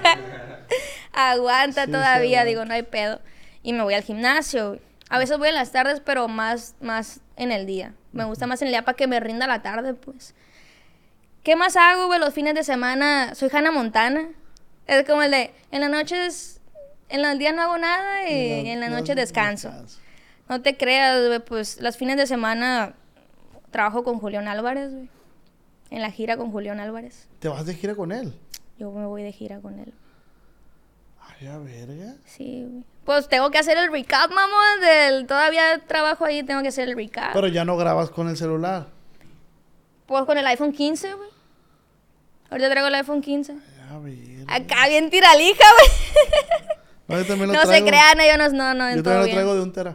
[SPEAKER 4] aguanta
[SPEAKER 2] Sí, sí
[SPEAKER 4] todavía,
[SPEAKER 2] aguanta.
[SPEAKER 4] digo, no hay pedo. Y me voy al gimnasio, güey. A veces voy en las tardes, pero más, más en el día. Me gusta más en el día para que me rinda la tarde, pues. ¿Qué más hago, güey? Los fines de semana, soy Hannah Montana. Es como el de, en las noches, en el día no hago nada y en la noche descanso. No te creas, güey, pues los fines de semana trabajo con Julián Álvarez, güey. En la gira con Julián Álvarez.
[SPEAKER 2] ¿Te vas de gira con él?
[SPEAKER 4] Yo me voy de gira con él.
[SPEAKER 2] Ay, a verga.
[SPEAKER 4] Sí, güey. Pues tengo que hacer el recap, mamón, del... Todavía trabajo ahí, tengo que hacer el recap.
[SPEAKER 2] Pero ya no grabas con el celular.
[SPEAKER 4] Pues con el iPhone quince, güey. Ahorita traigo el iPhone quince.
[SPEAKER 2] Ay, a ver.
[SPEAKER 4] Acá bien tiralija, güey.
[SPEAKER 2] No, yo también lo
[SPEAKER 4] No se
[SPEAKER 2] traigo.
[SPEAKER 4] crean, yo no, no, no,
[SPEAKER 2] Yo
[SPEAKER 4] todo
[SPEAKER 2] también lo
[SPEAKER 4] bien.
[SPEAKER 2] traigo de un tera.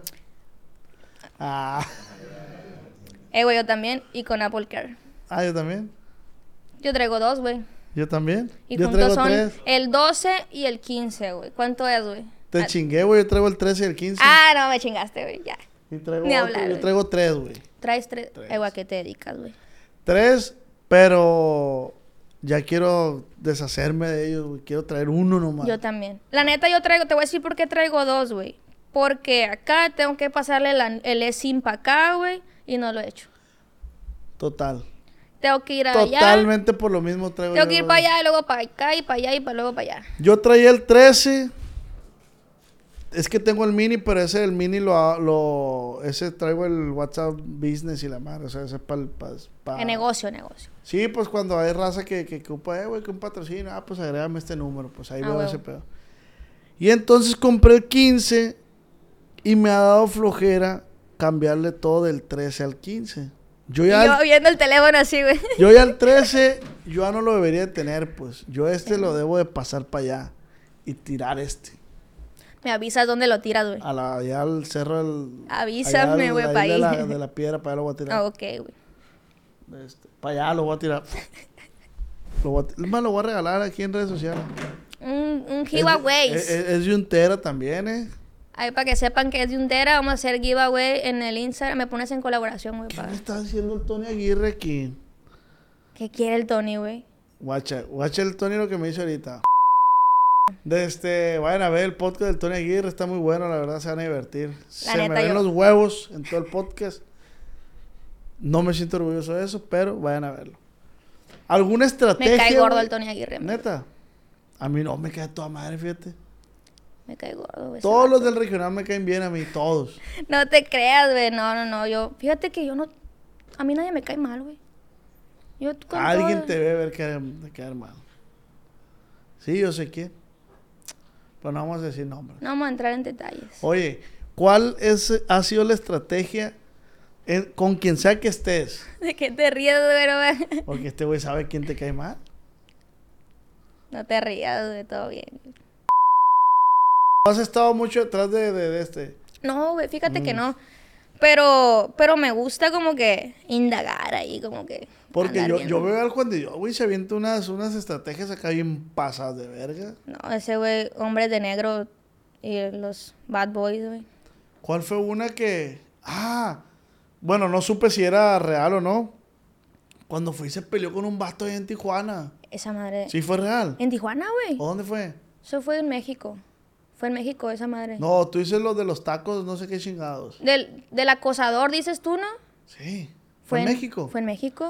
[SPEAKER 2] Ah.
[SPEAKER 4] Eh, güey, yo también. Y con Apple Care.
[SPEAKER 2] Ah, yo también.
[SPEAKER 4] Yo traigo dos, güey.
[SPEAKER 2] Yo también.
[SPEAKER 4] Y
[SPEAKER 2] yo
[SPEAKER 4] juntos
[SPEAKER 2] traigo
[SPEAKER 4] son
[SPEAKER 2] tres.
[SPEAKER 4] el doce y el quince, güey. ¿Cuánto es, güey?
[SPEAKER 2] Te
[SPEAKER 4] Ah,
[SPEAKER 2] chingué, güey. Yo traigo el trece y el quince.
[SPEAKER 4] Ah, no, me chingaste, güey, ya.
[SPEAKER 2] Y traigo
[SPEAKER 4] ni
[SPEAKER 2] otro,
[SPEAKER 4] hablar,
[SPEAKER 2] yo
[SPEAKER 4] güey.
[SPEAKER 2] traigo tres, güey.
[SPEAKER 4] Traes tres.
[SPEAKER 2] Tres.
[SPEAKER 4] Eh, güey, ¿a qué te dedicas, güey?
[SPEAKER 2] Tres, pero ya quiero deshacerme de ellos, güey. Quiero traer uno nomás.
[SPEAKER 4] Yo también. La neta, yo traigo, te voy a decir por qué traigo dos, güey. Porque acá tengo que pasarle la- el eSIM para acá, güey, y no lo he hecho.
[SPEAKER 2] Total.
[SPEAKER 4] Tengo que ir allá.
[SPEAKER 2] Totalmente por lo mismo traigo
[SPEAKER 4] Tengo
[SPEAKER 2] yo
[SPEAKER 4] que ir
[SPEAKER 2] los-
[SPEAKER 4] para allá y luego para acá y para allá y para luego para allá.
[SPEAKER 2] Yo traía el trece. Es que tengo el mini, pero ese el mini lo, lo ese traigo el WhatsApp Business y la madre, o sea, ese es para pa,
[SPEAKER 4] En negocio, negocio.
[SPEAKER 2] Sí, pues cuando hay raza que, que, que ocupa, eh, güey, que un patrocinio, ah, pues agrégame este número, pues ahí
[SPEAKER 4] Ah,
[SPEAKER 2] veo
[SPEAKER 4] huevo.
[SPEAKER 2] ese pedo. Y entonces compré el quince y me ha dado flojera cambiarle todo del trece al quince. Yo
[SPEAKER 4] Y
[SPEAKER 2] ya,
[SPEAKER 4] yo
[SPEAKER 2] al,
[SPEAKER 4] viendo el teléfono así, güey.
[SPEAKER 2] yo ya el trece, yo ya no lo debería de tener, pues. Yo este lo debo de pasar para allá y tirar este.
[SPEAKER 4] Me avisas dónde lo tiras, güey.
[SPEAKER 2] A la, allá al cerro del...
[SPEAKER 4] Avísame,
[SPEAKER 2] allá
[SPEAKER 4] güey,
[SPEAKER 2] al-
[SPEAKER 4] pa'
[SPEAKER 2] ahí de
[SPEAKER 4] ahí.
[SPEAKER 2] la, de la piedra, para allá lo voy a tirar.
[SPEAKER 4] Ah, ok, güey.
[SPEAKER 2] Este, para allá lo voy a tirar. Lo voy a, es más, lo voy a regalar aquí en redes sociales.
[SPEAKER 4] Un, un
[SPEAKER 2] Es de-
[SPEAKER 4] giveaway.
[SPEAKER 2] Es, es- es de un tera también, ¿eh?
[SPEAKER 4] Ahí para que sepan que es de un tera, vamos a hacer giveaway en el Instagram. Me pones en colaboración, güey.
[SPEAKER 2] ¿Qué
[SPEAKER 4] pa-
[SPEAKER 2] me está haciendo el Tony Aguirre aquí?
[SPEAKER 4] ¿Qué quiere el Tony, güey?
[SPEAKER 2] Guacha, guacha el Tony lo que me hizo ahorita. De este, vayan a ver el podcast del Tony Aguirre, está muy bueno, la verdad se van a divertir.
[SPEAKER 4] La
[SPEAKER 2] se me
[SPEAKER 4] neta,
[SPEAKER 2] ven
[SPEAKER 4] yo-
[SPEAKER 2] los huevos en todo el podcast. No me siento orgulloso de eso, pero vayan a verlo. ¿Alguna estrategia?
[SPEAKER 4] Me cae gordo
[SPEAKER 2] güey?
[SPEAKER 4] el Tony Aguirre. me-
[SPEAKER 2] Neta. A mí no me cae toda madre, fíjate.
[SPEAKER 4] Me cae gordo, güey. ese
[SPEAKER 2] Todos los
[SPEAKER 4] vato.
[SPEAKER 2] del regional me caen bien a mí, todos.
[SPEAKER 4] No te creas, güey. No, no, no. Yo, fíjate que yo no. A mí nadie me cae mal, güey. Yo con
[SPEAKER 2] Alguien
[SPEAKER 4] todo-
[SPEAKER 2] te ve ver que de quedar mal. Sí, yo sé quién. Pero no vamos a decir nombres.
[SPEAKER 4] No vamos a entrar en detalles.
[SPEAKER 2] Oye, ¿cuál es, ha sido la estrategia en- con quien sea que estés?
[SPEAKER 4] ¿De qué te ríes, güey?
[SPEAKER 2] Porque este güey sabe quién te cae mal.
[SPEAKER 4] No te rías, güey. Todo bien.
[SPEAKER 2] ¿Has estado mucho detrás de, de- de este?
[SPEAKER 4] No, güey. Fíjate
[SPEAKER 2] Mm.
[SPEAKER 4] que no. Pero, pero me gusta como que indagar ahí, como que.
[SPEAKER 2] Porque
[SPEAKER 4] andar
[SPEAKER 2] yo,
[SPEAKER 4] viendo.
[SPEAKER 2] yo veo al Juan de Dios, güey, se avienta unas, unas estrategias acá bien pasadas de verga.
[SPEAKER 4] No, ese güey, hombres de negro y los bad boys, güey.
[SPEAKER 2] ¿Cuál fue una que...? Ah, bueno, no supe si era real o no. Cuando fue y se peleó con un vato ahí en Tijuana.
[SPEAKER 4] Esa madre.
[SPEAKER 2] ¿Sí fue real?
[SPEAKER 4] En Tijuana, güey.
[SPEAKER 2] ¿O dónde fue?
[SPEAKER 4] Eso fue en México. Fue en México esa madre.
[SPEAKER 2] No, tú dices los de los tacos, no sé qué chingados.
[SPEAKER 4] Del, del acosador, dices tú, ¿no?
[SPEAKER 2] Sí. ¿Fue en México?
[SPEAKER 4] Fue en México.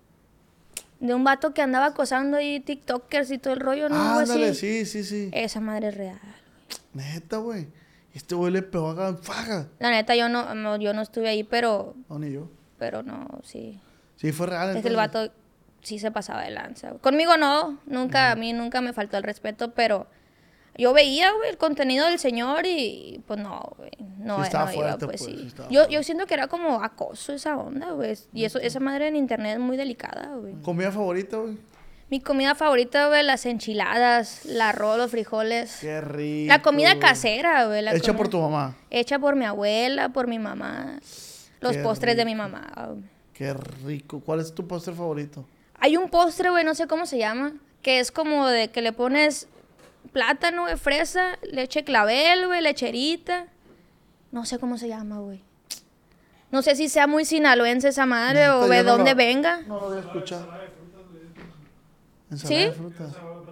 [SPEAKER 4] De un vato que andaba acosando ahí tiktokers y todo el rollo, ¿no?
[SPEAKER 2] Ah,
[SPEAKER 4] Algo
[SPEAKER 2] ándale,
[SPEAKER 4] así.
[SPEAKER 2] sí, sí, sí.
[SPEAKER 4] Esa madre es real.
[SPEAKER 2] Neta, güey. Este güey le pegó acá en faja.
[SPEAKER 4] La neta, yo no, no, yo no estuve ahí, pero,
[SPEAKER 2] No, ni yo.
[SPEAKER 4] pero no, sí.
[SPEAKER 2] Sí, fue real.
[SPEAKER 4] Es que el
[SPEAKER 2] entonces.
[SPEAKER 4] vato sí se pasaba de lanza. Güey. Conmigo no, nunca, a mí nunca me faltó el respeto, pero yo veía, güey, el contenido del señor y pues no, güey, no,
[SPEAKER 2] Sí estaba
[SPEAKER 4] no iba,
[SPEAKER 2] fuerte,
[SPEAKER 4] pues,
[SPEAKER 2] pues,
[SPEAKER 4] sí.
[SPEAKER 2] sí estaba
[SPEAKER 4] yo,
[SPEAKER 2] fuerte.
[SPEAKER 4] yo siento que era como acoso esa onda, güey, y eso, esa madre en internet es muy delicada, güey.
[SPEAKER 2] ¿Comida favorita, güey?
[SPEAKER 4] Mi comida favorita, güey, las enchiladas, el arroz, los frijoles.
[SPEAKER 2] Qué rico.
[SPEAKER 4] La comida
[SPEAKER 2] güey.
[SPEAKER 4] casera, güey. la
[SPEAKER 2] Hecha
[SPEAKER 4] comida-
[SPEAKER 2] por tu mamá.
[SPEAKER 4] Hecha por mi abuela, por mi mamá. Los
[SPEAKER 2] Qué
[SPEAKER 4] postres de mi
[SPEAKER 2] rico.
[SPEAKER 4] mamá. güey.
[SPEAKER 2] Qué rico. ¿Cuál es tu postre favorito?
[SPEAKER 4] Hay un postre, güey, no sé cómo se llama, que es como de que le pones plátano, güey, fresa, leche clavel, güey, lecherita. No sé cómo se llama, güey. No sé si sea muy sinaloense esa madre
[SPEAKER 2] Neta,
[SPEAKER 4] o
[SPEAKER 2] yo
[SPEAKER 4] de
[SPEAKER 2] no
[SPEAKER 4] dónde
[SPEAKER 2] lo-
[SPEAKER 4] venga.
[SPEAKER 2] No lo había escuchado. Ensalada
[SPEAKER 4] ¿Sí?
[SPEAKER 2] de frutas.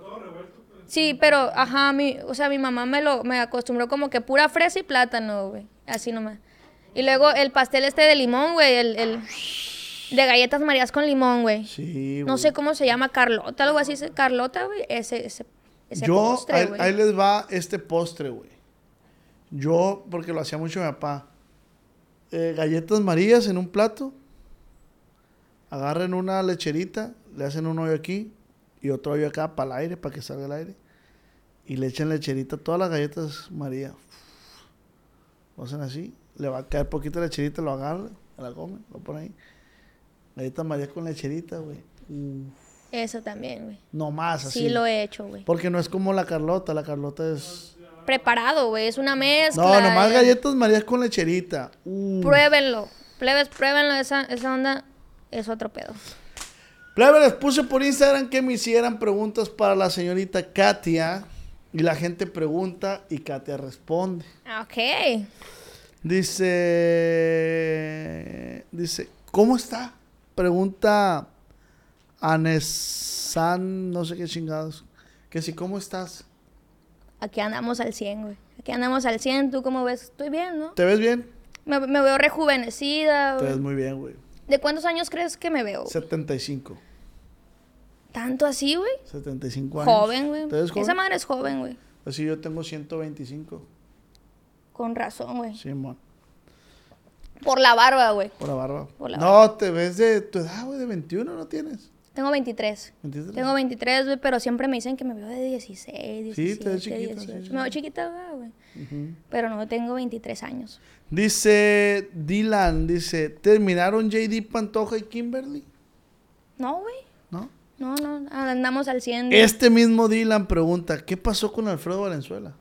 [SPEAKER 4] Sí, pero, ajá, mi, o sea, mi mamá me lo, me acostumbró como que pura fresa y plátano, güey. Así nomás. Y luego el pastel este de limón, güey, el, el de galletas marías con limón, güey.
[SPEAKER 2] Sí,
[SPEAKER 4] No
[SPEAKER 2] güey.
[SPEAKER 4] sé cómo se llama, Carlota, algo así, ese- Carlota, güey, ese, ese, ese
[SPEAKER 2] Yo,
[SPEAKER 4] postre,
[SPEAKER 2] ahí,
[SPEAKER 4] güey.
[SPEAKER 2] ahí les va este postre, güey. Yo, porque lo hacía mucho mi papá. Eh, galletas marías en un plato. Agarren una lecherita, le hacen un hoyo aquí y otro hoyo acá para el aire, para que salga el aire. Y le echan lecherita a todas las galletas María. Lo hacen así. Le va a caer poquito de lecherita, lo agarran, la comen, lo ponen ahí. Galletas María con lecherita, güey. Uf,
[SPEAKER 4] Eso también, güey.
[SPEAKER 2] no más así.
[SPEAKER 4] Sí lo he hecho, güey.
[SPEAKER 2] Porque no es como la Carlota. La Carlota es...
[SPEAKER 4] Preparado, güey, es una mezcla.
[SPEAKER 2] No, nomás
[SPEAKER 4] eh.
[SPEAKER 2] galletas Marías con lecherita. Uh.
[SPEAKER 4] Pruébenlo. Plebes, pruébenlo, esa, esa onda es otro pedo.
[SPEAKER 2] Plebe, les puse por Instagram que me hicieran preguntas para la señorita Katia. Y la gente pregunta y Katia responde.
[SPEAKER 4] Ok.
[SPEAKER 2] Dice... Dice, ¿cómo está? Pregunta Anesan, no sé qué chingados. Que si, ¿cómo estás?
[SPEAKER 4] Aquí andamos al cien, güey. Aquí andamos al cien, ¿tú cómo ves? Estoy bien, ¿no?
[SPEAKER 2] ¿Te ves bien?
[SPEAKER 4] Me, me veo rejuvenecida,
[SPEAKER 2] Te
[SPEAKER 4] güey.
[SPEAKER 2] ves muy bien, güey.
[SPEAKER 4] ¿De cuántos años crees que me veo?
[SPEAKER 2] setenta y cinco.
[SPEAKER 4] ¿Tanto así, güey?
[SPEAKER 2] setenta y cinco años.
[SPEAKER 4] Joven, güey.
[SPEAKER 2] ¿Te ves joven?
[SPEAKER 4] Esa madre es joven, güey.
[SPEAKER 2] Así yo tengo ciento veinticinco.
[SPEAKER 4] Con razón, güey.
[SPEAKER 2] Simón.
[SPEAKER 4] Por la barba, güey.
[SPEAKER 2] Por la barba.
[SPEAKER 4] Por la
[SPEAKER 2] no, te ves de tu edad, güey, de veintiuno, ¿no tienes?
[SPEAKER 4] Tengo veintitrés.
[SPEAKER 2] veintitrés.
[SPEAKER 4] Tengo veintitrés, güey, pero siempre me dicen que me veo de dieciséis,
[SPEAKER 2] Sí, te
[SPEAKER 4] diecisiete,
[SPEAKER 2] ves chiquita, sí,
[SPEAKER 4] dieciocho.
[SPEAKER 2] sí.
[SPEAKER 4] Me veo chiquita, güey.
[SPEAKER 2] Ujú.
[SPEAKER 4] Pero no, tengo veintitrés años.
[SPEAKER 2] Dice Dylan, dice, ¿terminaron J D Pantoja y Kimberly?
[SPEAKER 4] No, güey.
[SPEAKER 2] ¿No?
[SPEAKER 4] No, no, andamos al cien. güey.
[SPEAKER 2] Este mismo Dylan pregunta, ¿qué pasó con Alfredo Valenzuela?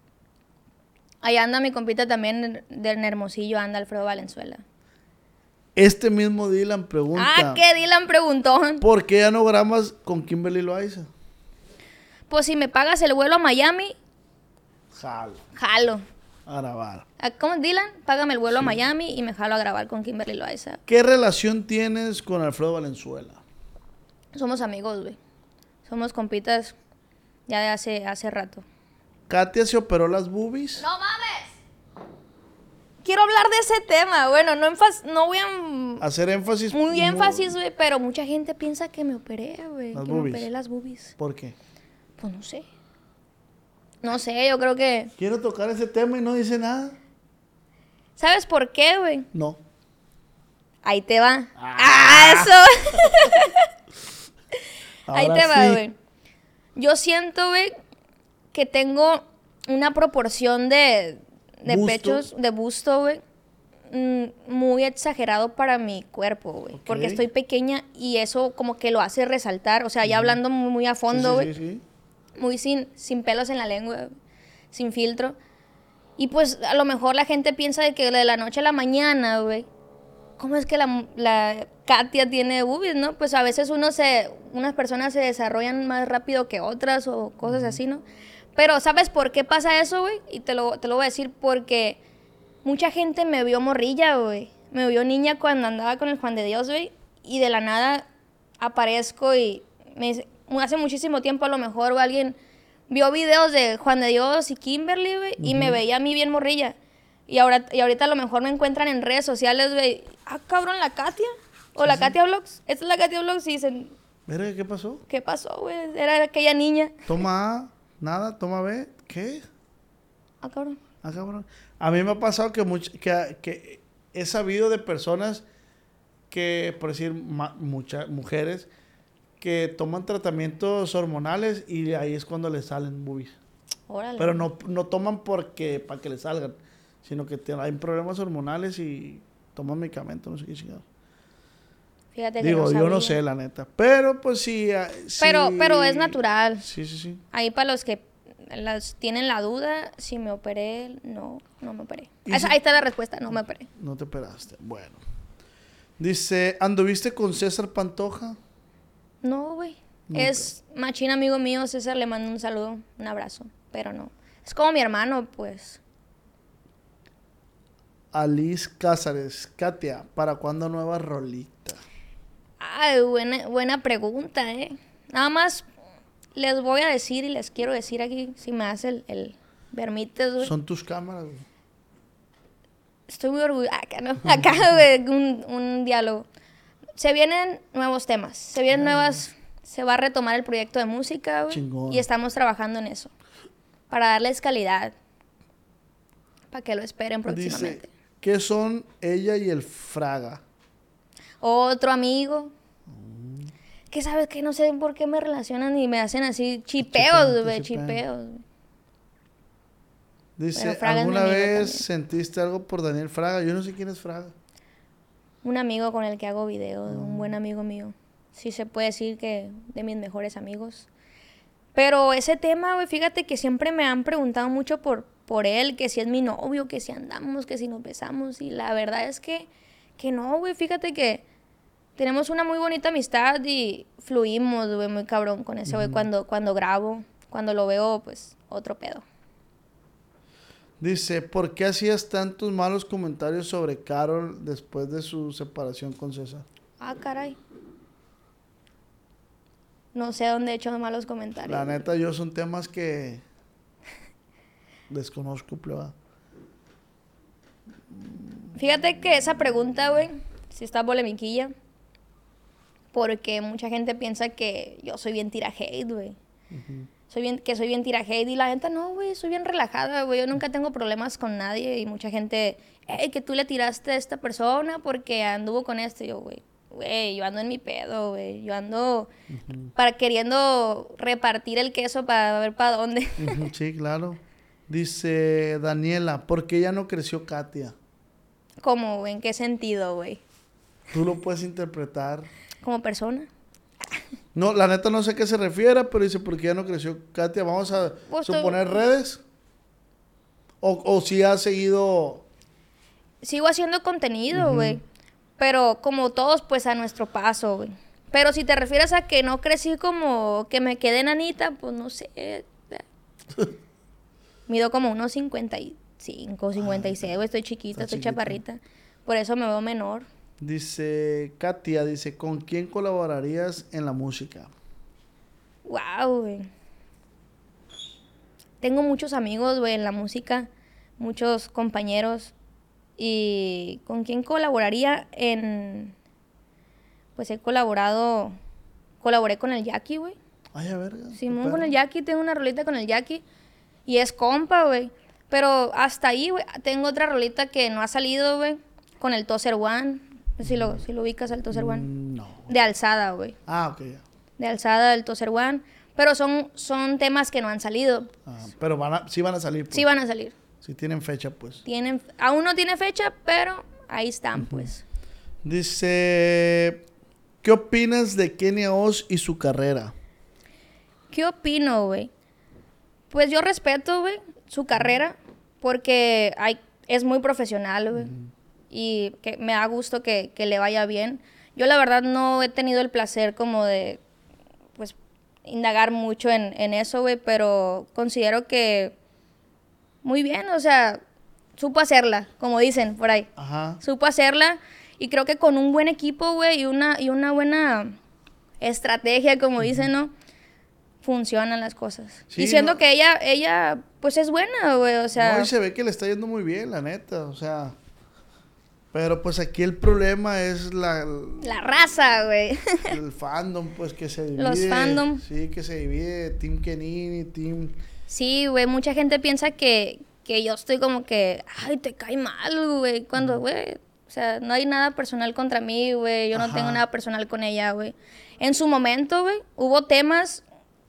[SPEAKER 4] Ahí anda mi compita también del Hermosillo, anda Alfredo Valenzuela.
[SPEAKER 2] Este mismo Dylan pregunta.
[SPEAKER 4] Ah, ¿qué Dylan preguntó?
[SPEAKER 2] ¿Por qué ya no grabas con Kimberly Loaiza?
[SPEAKER 4] Pues si me pagas el vuelo a Miami,
[SPEAKER 2] Jalo.
[SPEAKER 4] jalo.
[SPEAKER 2] A grabar.
[SPEAKER 4] ¿Cómo es Dylan? Págame el vuelo a Miami y me jalo a grabar con Kimberly Loaiza.
[SPEAKER 2] ¿Qué relación tienes con Alfredo Valenzuela?
[SPEAKER 4] Somos amigos, güey. Somos compitas ya de hace, hace rato.
[SPEAKER 2] ¿Katia se operó las boobies?
[SPEAKER 4] ¡No mames! Quiero hablar de ese tema. Bueno, no, enfas no voy a...
[SPEAKER 2] Hacer énfasis.
[SPEAKER 4] Muy énfasis, güey, pero mucha gente piensa que me operé, güey.
[SPEAKER 2] Las
[SPEAKER 4] Que
[SPEAKER 2] boobies.
[SPEAKER 4] me operé las boobies.
[SPEAKER 2] ¿Por qué?
[SPEAKER 4] Pues no sé. No sé, yo creo que...
[SPEAKER 2] Quiero tocar ese tema y no dice nada.
[SPEAKER 4] ¿Sabes por qué, güey?
[SPEAKER 2] No.
[SPEAKER 4] Ahí te va. ¡Ah, eso! Ahí
[SPEAKER 2] Ahora
[SPEAKER 4] te va,
[SPEAKER 2] sí.
[SPEAKER 4] güey. Yo siento, güey, que tengo una proporción de, de
[SPEAKER 2] Busto.
[SPEAKER 4] pechos, de busto, güey, mm, muy exagerado para mi cuerpo, güey.
[SPEAKER 2] Ok.
[SPEAKER 4] Porque estoy pequeña y eso como que lo hace resaltar. O sea, ya hablando muy, muy a fondo, güey.
[SPEAKER 2] Sí, sí, sí, sí.
[SPEAKER 4] Muy sin, sin pelos en la lengua, güey, sin filtro. Y pues a lo mejor la gente piensa de que de la noche a la mañana, güey, ¿cómo es que la, la Katia tiene boobies, no? Pues a veces uno se, unas personas se desarrollan más rápido que otras o cosas así, ¿no? Pero ¿sabes por qué pasa eso, güey? Y te lo, te lo voy a decir porque mucha gente me vio morrilla, güey. Me vio niña cuando andaba con el Juan de Dios, güey. Y de la nada aparezco y me dice, hace muchísimo tiempo a lo mejor güey, alguien vio videos de Juan de Dios y Kimberly, güey, uh-huh. y me veía a mí bien morrilla. Y, ahora, y ahorita a lo mejor me encuentran en redes sociales, güey, ah, cabrón, la Katia. O sí, la sí. Katia Vlogs. Esta es la Katia Vlogs y dicen...
[SPEAKER 2] Mira, ¿qué pasó?
[SPEAKER 4] ¿Qué pasó, güey? Era aquella niña.
[SPEAKER 2] Toma A, nada, toma B. ¿Qué?
[SPEAKER 4] Ah, cabrón.
[SPEAKER 2] Ah, cabrón. A mí me ha pasado que, much, que, que he sabido de personas que, por decir, ma, muchas mujeres... que toman tratamientos hormonales y ahí es cuando les salen boobies. Órale. Pero no, no toman porque para que les salgan, sino que tienen, hay problemas hormonales y toman medicamentos, no sé qué chingados.
[SPEAKER 4] Fíjate que
[SPEAKER 2] Digo,
[SPEAKER 4] no
[SPEAKER 2] yo no sé, la neta. Pero pues sí, sí.
[SPEAKER 4] Pero, pero es natural.
[SPEAKER 2] Sí, sí, sí.
[SPEAKER 4] Ahí para los que las tienen la duda, si me operé, no, no me operé. Esa, si... Ahí está la respuesta, no me operé.
[SPEAKER 2] No te operaste, bueno. Dice, ¿anduviste con César Pantoja?
[SPEAKER 4] No, güey. Es machín amigo mío, César, le mando un saludo, un abrazo, pero no. Es como mi hermano, pues.
[SPEAKER 2] Alice Cázares, Katia, ¿para cuándo nueva rolita?
[SPEAKER 4] Ay, buena, buena pregunta, eh. Nada más les voy a decir y les quiero decir aquí, si me hace el, el permites, güey.
[SPEAKER 2] Son tus cámaras, güey.
[SPEAKER 4] Estoy muy orgullosa. Acá, ¿no? Acá, güey, un, un diálogo. Se vienen nuevos temas, se vienen ah. nuevas, se va a retomar el proyecto de música, güey, y estamos trabajando en eso, para darles calidad, para que lo esperen próximamente.
[SPEAKER 2] Dice, ¿qué son ella y el Fraga?
[SPEAKER 4] Otro amigo, mm. que sabes que no sé por qué me relacionan y me hacen así chipeos, güey, chipeos.
[SPEAKER 2] Dice, ¿alguna vez también. sentiste algo por Daniel Fraga? Yo no sé quién es Fraga.
[SPEAKER 4] Un amigo con el que hago videos, un buen amigo mío. Sí se puede decir que de mis mejores amigos. Pero ese tema, güey, fíjate que siempre me han preguntado mucho por, por él, que si es mi novio, que si andamos, que si nos besamos. Y la verdad es que, que no, güey, fíjate que tenemos una muy bonita amistad y fluimos, güey, muy cabrón con ese güey uh-huh. cuando, cuando grabo. Cuando lo veo, pues, otro pedo.
[SPEAKER 2] Dice, ¿por qué hacías tantos malos comentarios sobre Carol después de su separación con César?
[SPEAKER 4] Ah, caray. No sé dónde he hecho malos comentarios.
[SPEAKER 2] La neta, yo son temas que desconozco, pleba.
[SPEAKER 4] Fíjate que esa pregunta, güey, si está polemiquilla, porque mucha gente piensa que yo soy bien tira hate, güey. Uh-huh. Soy bien, que soy bien tira hate y la neta no, güey, soy bien relajada, güey, yo nunca tengo problemas con nadie y mucha gente, hey, que tú le tiraste a esta persona porque anduvo con este, y yo, güey, güey, yo ando en mi pedo, güey, yo ando uh-huh. para queriendo repartir el queso para ver para dónde.
[SPEAKER 2] Uh-huh, sí, claro. Dice Daniela, ¿por qué ya no creció Katia?
[SPEAKER 4] ¿Cómo, güey? ¿En qué sentido, güey?
[SPEAKER 2] Tú lo puedes interpretar.
[SPEAKER 4] ¿Como persona?
[SPEAKER 2] No, la neta no sé a qué se refiere, pero dice, ¿por qué ya no creció Katia? Vamos a pues suponer tú... redes. O, o si ha seguido...
[SPEAKER 4] Sigo haciendo contenido, güey. Uh-huh. pero como todos, pues a nuestro paso, güey. Pero si te refieres a que no crecí como que me quedé enanita, pues no sé. Mido como unos cincuenta y cinco, cincuenta y seis, güey. Estoy chiquita, estoy
[SPEAKER 2] chiquita.
[SPEAKER 4] chaparrita. Por eso me veo menor.
[SPEAKER 2] Dice Katia, dice, ¿con quién colaborarías en la música?
[SPEAKER 4] Wow, güey. Tengo muchos amigos, güey, en la música. Muchos compañeros. ¿Y con quién colaboraría en...? Pues he colaborado... Colaboré con el Jackie, güey.
[SPEAKER 2] Ay, a verga.
[SPEAKER 4] Simón,
[SPEAKER 2] qué
[SPEAKER 4] con
[SPEAKER 2] perro.
[SPEAKER 4] el Jackie. Tengo una rolita con el Jackie. Y es compa, güey. Pero hasta ahí, güey. Tengo otra rolita que no ha salido, güey. Con el Tozer One. No sé si lo, si lo ubicas al Tozer One.
[SPEAKER 2] Mm, no.
[SPEAKER 4] De alzada, güey.
[SPEAKER 2] Ah, ok, ya.
[SPEAKER 4] De alzada del Tozer One. Pero son, son temas que no han salido.
[SPEAKER 2] Ah, pero van a, sí van a salir, pues.
[SPEAKER 4] Sí van a salir.
[SPEAKER 2] Sí tienen fecha, pues.
[SPEAKER 4] Tienen, aún no tiene fecha, pero ahí están, pues.
[SPEAKER 2] Dice, ¿qué opinas de Kenia Oz y su carrera?
[SPEAKER 4] ¿Qué opino, güey? Pues yo respeto, güey, su carrera, porque hay, es muy profesional, güey. Y que me da gusto que, que le vaya bien. Yo la verdad no he tenido el placer como de, pues, indagar mucho en, en eso, güey, pero considero que muy bien, o sea, supo hacerla, como dicen por ahí.
[SPEAKER 2] Ajá.
[SPEAKER 4] Supo hacerla y creo que con un buen equipo, güey, y una, y una buena estrategia, como dicen, ¿no? Funcionan las cosas.
[SPEAKER 2] Sí,
[SPEAKER 4] y siento
[SPEAKER 2] no-
[SPEAKER 4] que ella, ella, pues es buena, güey, o sea...
[SPEAKER 2] No, y se ve que le está yendo muy bien, la neta, o sea... Pero pues aquí el problema es la...
[SPEAKER 4] La raza, güey.
[SPEAKER 2] el fandom, pues, que se divide.
[SPEAKER 4] Los fandom.
[SPEAKER 2] Sí, que se divide, Team Kenini, Team...
[SPEAKER 4] Sí, güey, mucha gente piensa que, que yo estoy como que, ay, te cae mal, güey, cuando, güey, o sea, no hay nada personal contra mí, güey, yo no
[SPEAKER 2] Ajá.
[SPEAKER 4] tengo nada personal con ella, güey. En su momento, güey, hubo temas,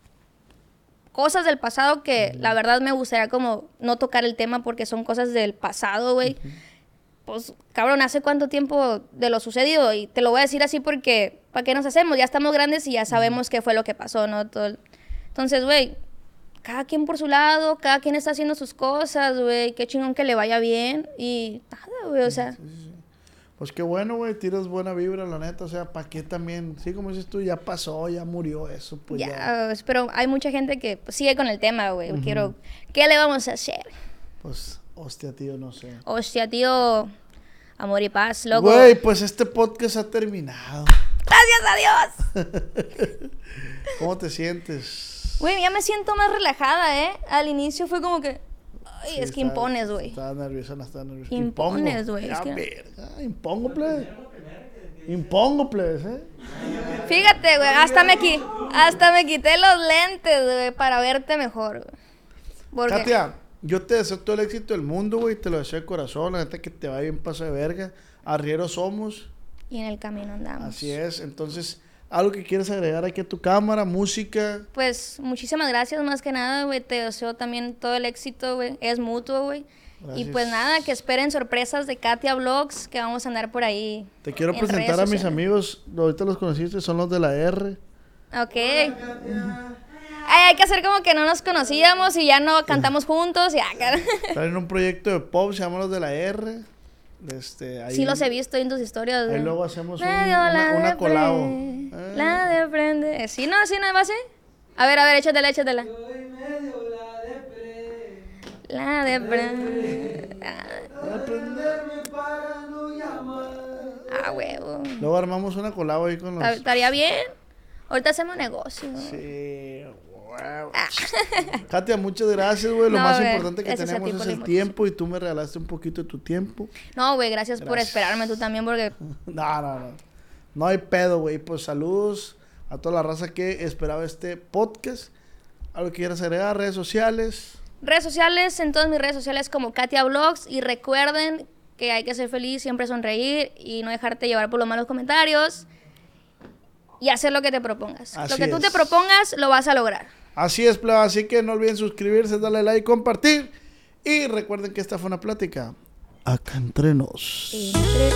[SPEAKER 4] cosas del pasado que la verdad me gustaría como no tocar el tema porque son cosas del pasado, güey. Pues, cabrón, ¿hace cuánto tiempo de lo sucedido? Y te lo voy a decir así porque, ¿para qué nos hacemos? Ya estamos grandes y ya sabemos qué fue lo que pasó, ¿no? Todo el- Entonces, güey, cada quien por su lado, cada quien está haciendo sus cosas, güey. Qué chingón que le vaya bien. Y nada, güey, o sea,
[SPEAKER 2] Pues qué bueno, güey, tiras buena vibra, la neta, o sea, ¿para qué también? Sí, como dices tú, ya pasó, ya murió eso, pues ya.
[SPEAKER 4] ya, pues, pero hay mucha gente que pues, sigue con el tema, güey. Quiero, ¿qué le vamos a hacer?
[SPEAKER 2] Pues, hostia, tío, no sé.
[SPEAKER 4] Hostia, tío, amor y paz, loco.
[SPEAKER 2] Güey, pues este podcast ha terminado.
[SPEAKER 4] ¡Gracias a Dios!
[SPEAKER 2] ¿Cómo te sientes?
[SPEAKER 4] Güey, ya me siento más relajada, ¿eh? Al inicio fue como que... Ay,
[SPEAKER 2] Sí,
[SPEAKER 4] es que
[SPEAKER 2] estaba-
[SPEAKER 4] impones, güey.
[SPEAKER 2] Estaba nerviosa, no estaba nerviosa.
[SPEAKER 4] Impones, güey,
[SPEAKER 2] Ya,
[SPEAKER 4] es que-
[SPEAKER 2] verga, impongo, plebes. Impongo, plebes, ¿eh?
[SPEAKER 4] Fíjate, güey, hasta me, qui- hasta me quité los lentes, güey, para verte mejor, güey. Porque...
[SPEAKER 2] Katia, yo te deseo todo el éxito del mundo, güey. Te lo deseo de corazón. La neta que te vaya bien paso de verga. Arrieros somos.
[SPEAKER 4] Y en el camino andamos.
[SPEAKER 2] Así es. Entonces, algo que quieres agregar aquí a tu cámara, música.
[SPEAKER 4] Pues muchísimas gracias más que nada, güey. Te deseo también todo el éxito, güey. Es mutuo, güey. Y
[SPEAKER 2] Gracias.
[SPEAKER 4] pues nada, que esperen sorpresas de Katia Vlogs, que vamos a andar por ahí.
[SPEAKER 2] Te quiero
[SPEAKER 4] en
[SPEAKER 2] presentar
[SPEAKER 4] redes
[SPEAKER 2] a mis
[SPEAKER 4] sociales.
[SPEAKER 2] amigos. Ahorita los conociste, son los de la R.
[SPEAKER 4] Ok. Ay, hay que hacer como que no nos conocíamos y ya no cantamos juntos. Y acá.
[SPEAKER 2] Traen un proyecto de pop, se llama los de la R. Este, ahí,
[SPEAKER 4] Sí los he visto en tus historias,
[SPEAKER 2] Ahí
[SPEAKER 4] güey.
[SPEAKER 2] luego hacemos un-
[SPEAKER 4] Medio
[SPEAKER 2] una,
[SPEAKER 4] la
[SPEAKER 2] una
[SPEAKER 4] de
[SPEAKER 2] colabo.
[SPEAKER 4] pre-
[SPEAKER 2] Eh.
[SPEAKER 4] La de prende. ¿Sí, no? ¿Sí, no es base? A ver, a ver, échatela, échatela. La de prende. Ah, huevo.
[SPEAKER 2] Luego armamos una colabo ahí con los...
[SPEAKER 4] Ta- Estaría bien. Ahorita hacemos negocio.
[SPEAKER 2] Sí, wow. Katia, muchas gracias, güey. Lo
[SPEAKER 4] No,
[SPEAKER 2] más
[SPEAKER 4] güey,
[SPEAKER 2] importante que
[SPEAKER 4] gracias a
[SPEAKER 2] tenemos
[SPEAKER 4] ti
[SPEAKER 2] es
[SPEAKER 4] por la
[SPEAKER 2] el
[SPEAKER 4] invitación.
[SPEAKER 2] tiempo y tú me regalaste un poquito de tu tiempo.
[SPEAKER 4] No, güey, gracias, por
[SPEAKER 2] Gracias.
[SPEAKER 4] esperarme tú también, porque
[SPEAKER 2] No, no, no. No hay pedo, güey. Pues saludos a toda la raza que esperaba este podcast. ¿Algo que quieras agregar? Redes sociales.
[SPEAKER 4] redes sociales, en todas mis redes sociales como Katia Vlogs. Y recuerden que hay que ser feliz, siempre sonreír y no dejarte llevar por los malos comentarios. Y hacer lo que te propongas.
[SPEAKER 2] Así
[SPEAKER 4] lo que tú
[SPEAKER 2] es.
[SPEAKER 4] te propongas, lo vas a lograr.
[SPEAKER 2] Así es, plebe. Así que no olviden suscribirse, darle like, compartir. Y recuerden que esta fue una plática acá entre nos.
[SPEAKER 4] Entre-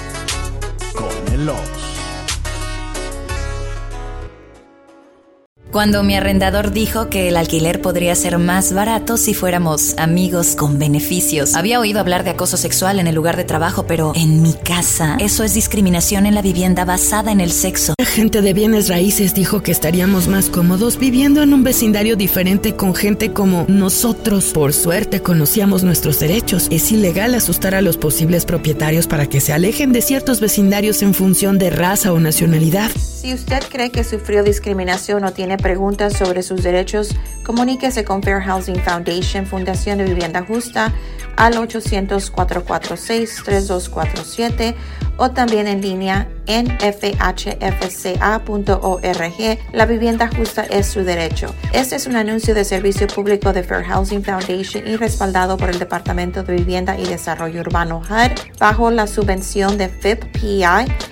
[SPEAKER 2] Con el Oz.
[SPEAKER 8] cuando mi arrendador dijo que el alquiler podría ser más barato si fuéramos amigos con beneficios. Había oído hablar de acoso sexual en el lugar de trabajo, pero en mi casa, eso es discriminación en la vivienda basada en el sexo.
[SPEAKER 9] La gente de bienes raíces dijo que estaríamos más cómodos viviendo en un vecindario diferente con gente como nosotros. Por suerte conocíamos nuestros derechos. Es ilegal asustar a los posibles propietarios para que se alejen de ciertos vecindarios en función de raza o nacionalidad.
[SPEAKER 10] Si usted cree que sufrió discriminación o tiene preguntas sobre sus derechos, comuníquese con Fair Housing Foundation, Fundación de Vivienda Justa, al ochocientos, cuatro cuatro seis, tres dos cuatro siete o también en línea en f h f c a punto org. La vivienda justa es su derecho. Este es un anuncio de servicio público de Fair Housing Foundation y respaldado por el Departamento de Vivienda y Desarrollo Urbano H U D bajo la subvención de F I P P I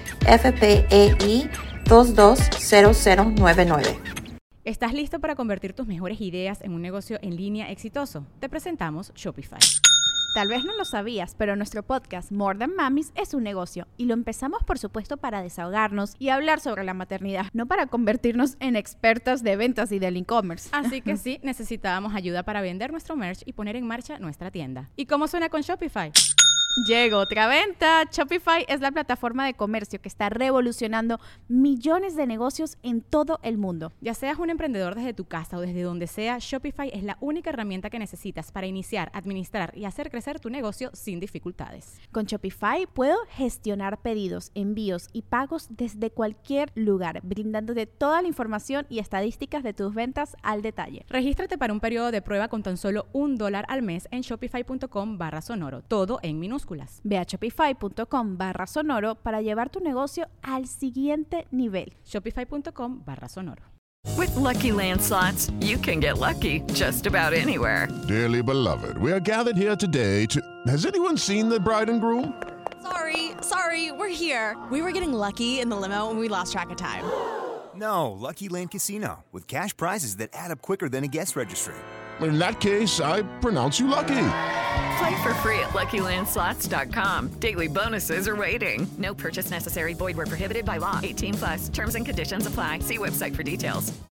[SPEAKER 10] F P E I dos dos cero cero nueve nueve.
[SPEAKER 11] ¿Estás listo para convertir tus mejores ideas en un negocio en línea exitoso? Te presentamos Shopify.
[SPEAKER 12] Tal vez no lo sabías, pero nuestro podcast More Than Mamis es un negocio y lo empezamos por supuesto para desahogarnos y hablar sobre la maternidad, no para convertirnos en expertas de ventas y del e-commerce.
[SPEAKER 11] Así que sí, necesitábamos ayuda para vender nuestro merch y poner en marcha nuestra tienda. ¿Y cómo suena con Shopify?
[SPEAKER 12] Llegó otra venta. Shopify es la plataforma de comercio que está revolucionando millones de negocios en todo el mundo.
[SPEAKER 11] Ya seas un emprendedor desde tu casa o desde donde sea, Shopify es la única herramienta que necesitas para iniciar, administrar y hacer crecer tu negocio sin dificultades.
[SPEAKER 12] Con Shopify puedo gestionar pedidos, envíos y pagos desde cualquier lugar, brindándote toda la información y estadísticas de tus ventas al detalle.
[SPEAKER 11] Regístrate para un periodo de prueba con tan solo un dólar al mes en shopify.com barra sonoro, todo en minúsculas.
[SPEAKER 12] Ve a shopify.com barra sonoro para llevar tu negocio al siguiente nivel.
[SPEAKER 11] Shopify.com barra sonoro.
[SPEAKER 13] With Lucky Land Slots, you can get lucky just about anywhere.
[SPEAKER 14] Dearly beloved, we are gathered here today to... Has anyone seen the bride and groom?
[SPEAKER 15] Sorry, sorry, we're here. We were getting lucky in the limo and we lost track of time.
[SPEAKER 16] No, Lucky Land Casino, with cash prizes that add up quicker than a guest registry.
[SPEAKER 14] In that case, I pronounce you lucky.
[SPEAKER 13] Play for free at lucky land slots dot com. Daily bonuses are waiting. No purchase necessary. Void where prohibited by law. eighteen plus. Terms and conditions apply. See website for details.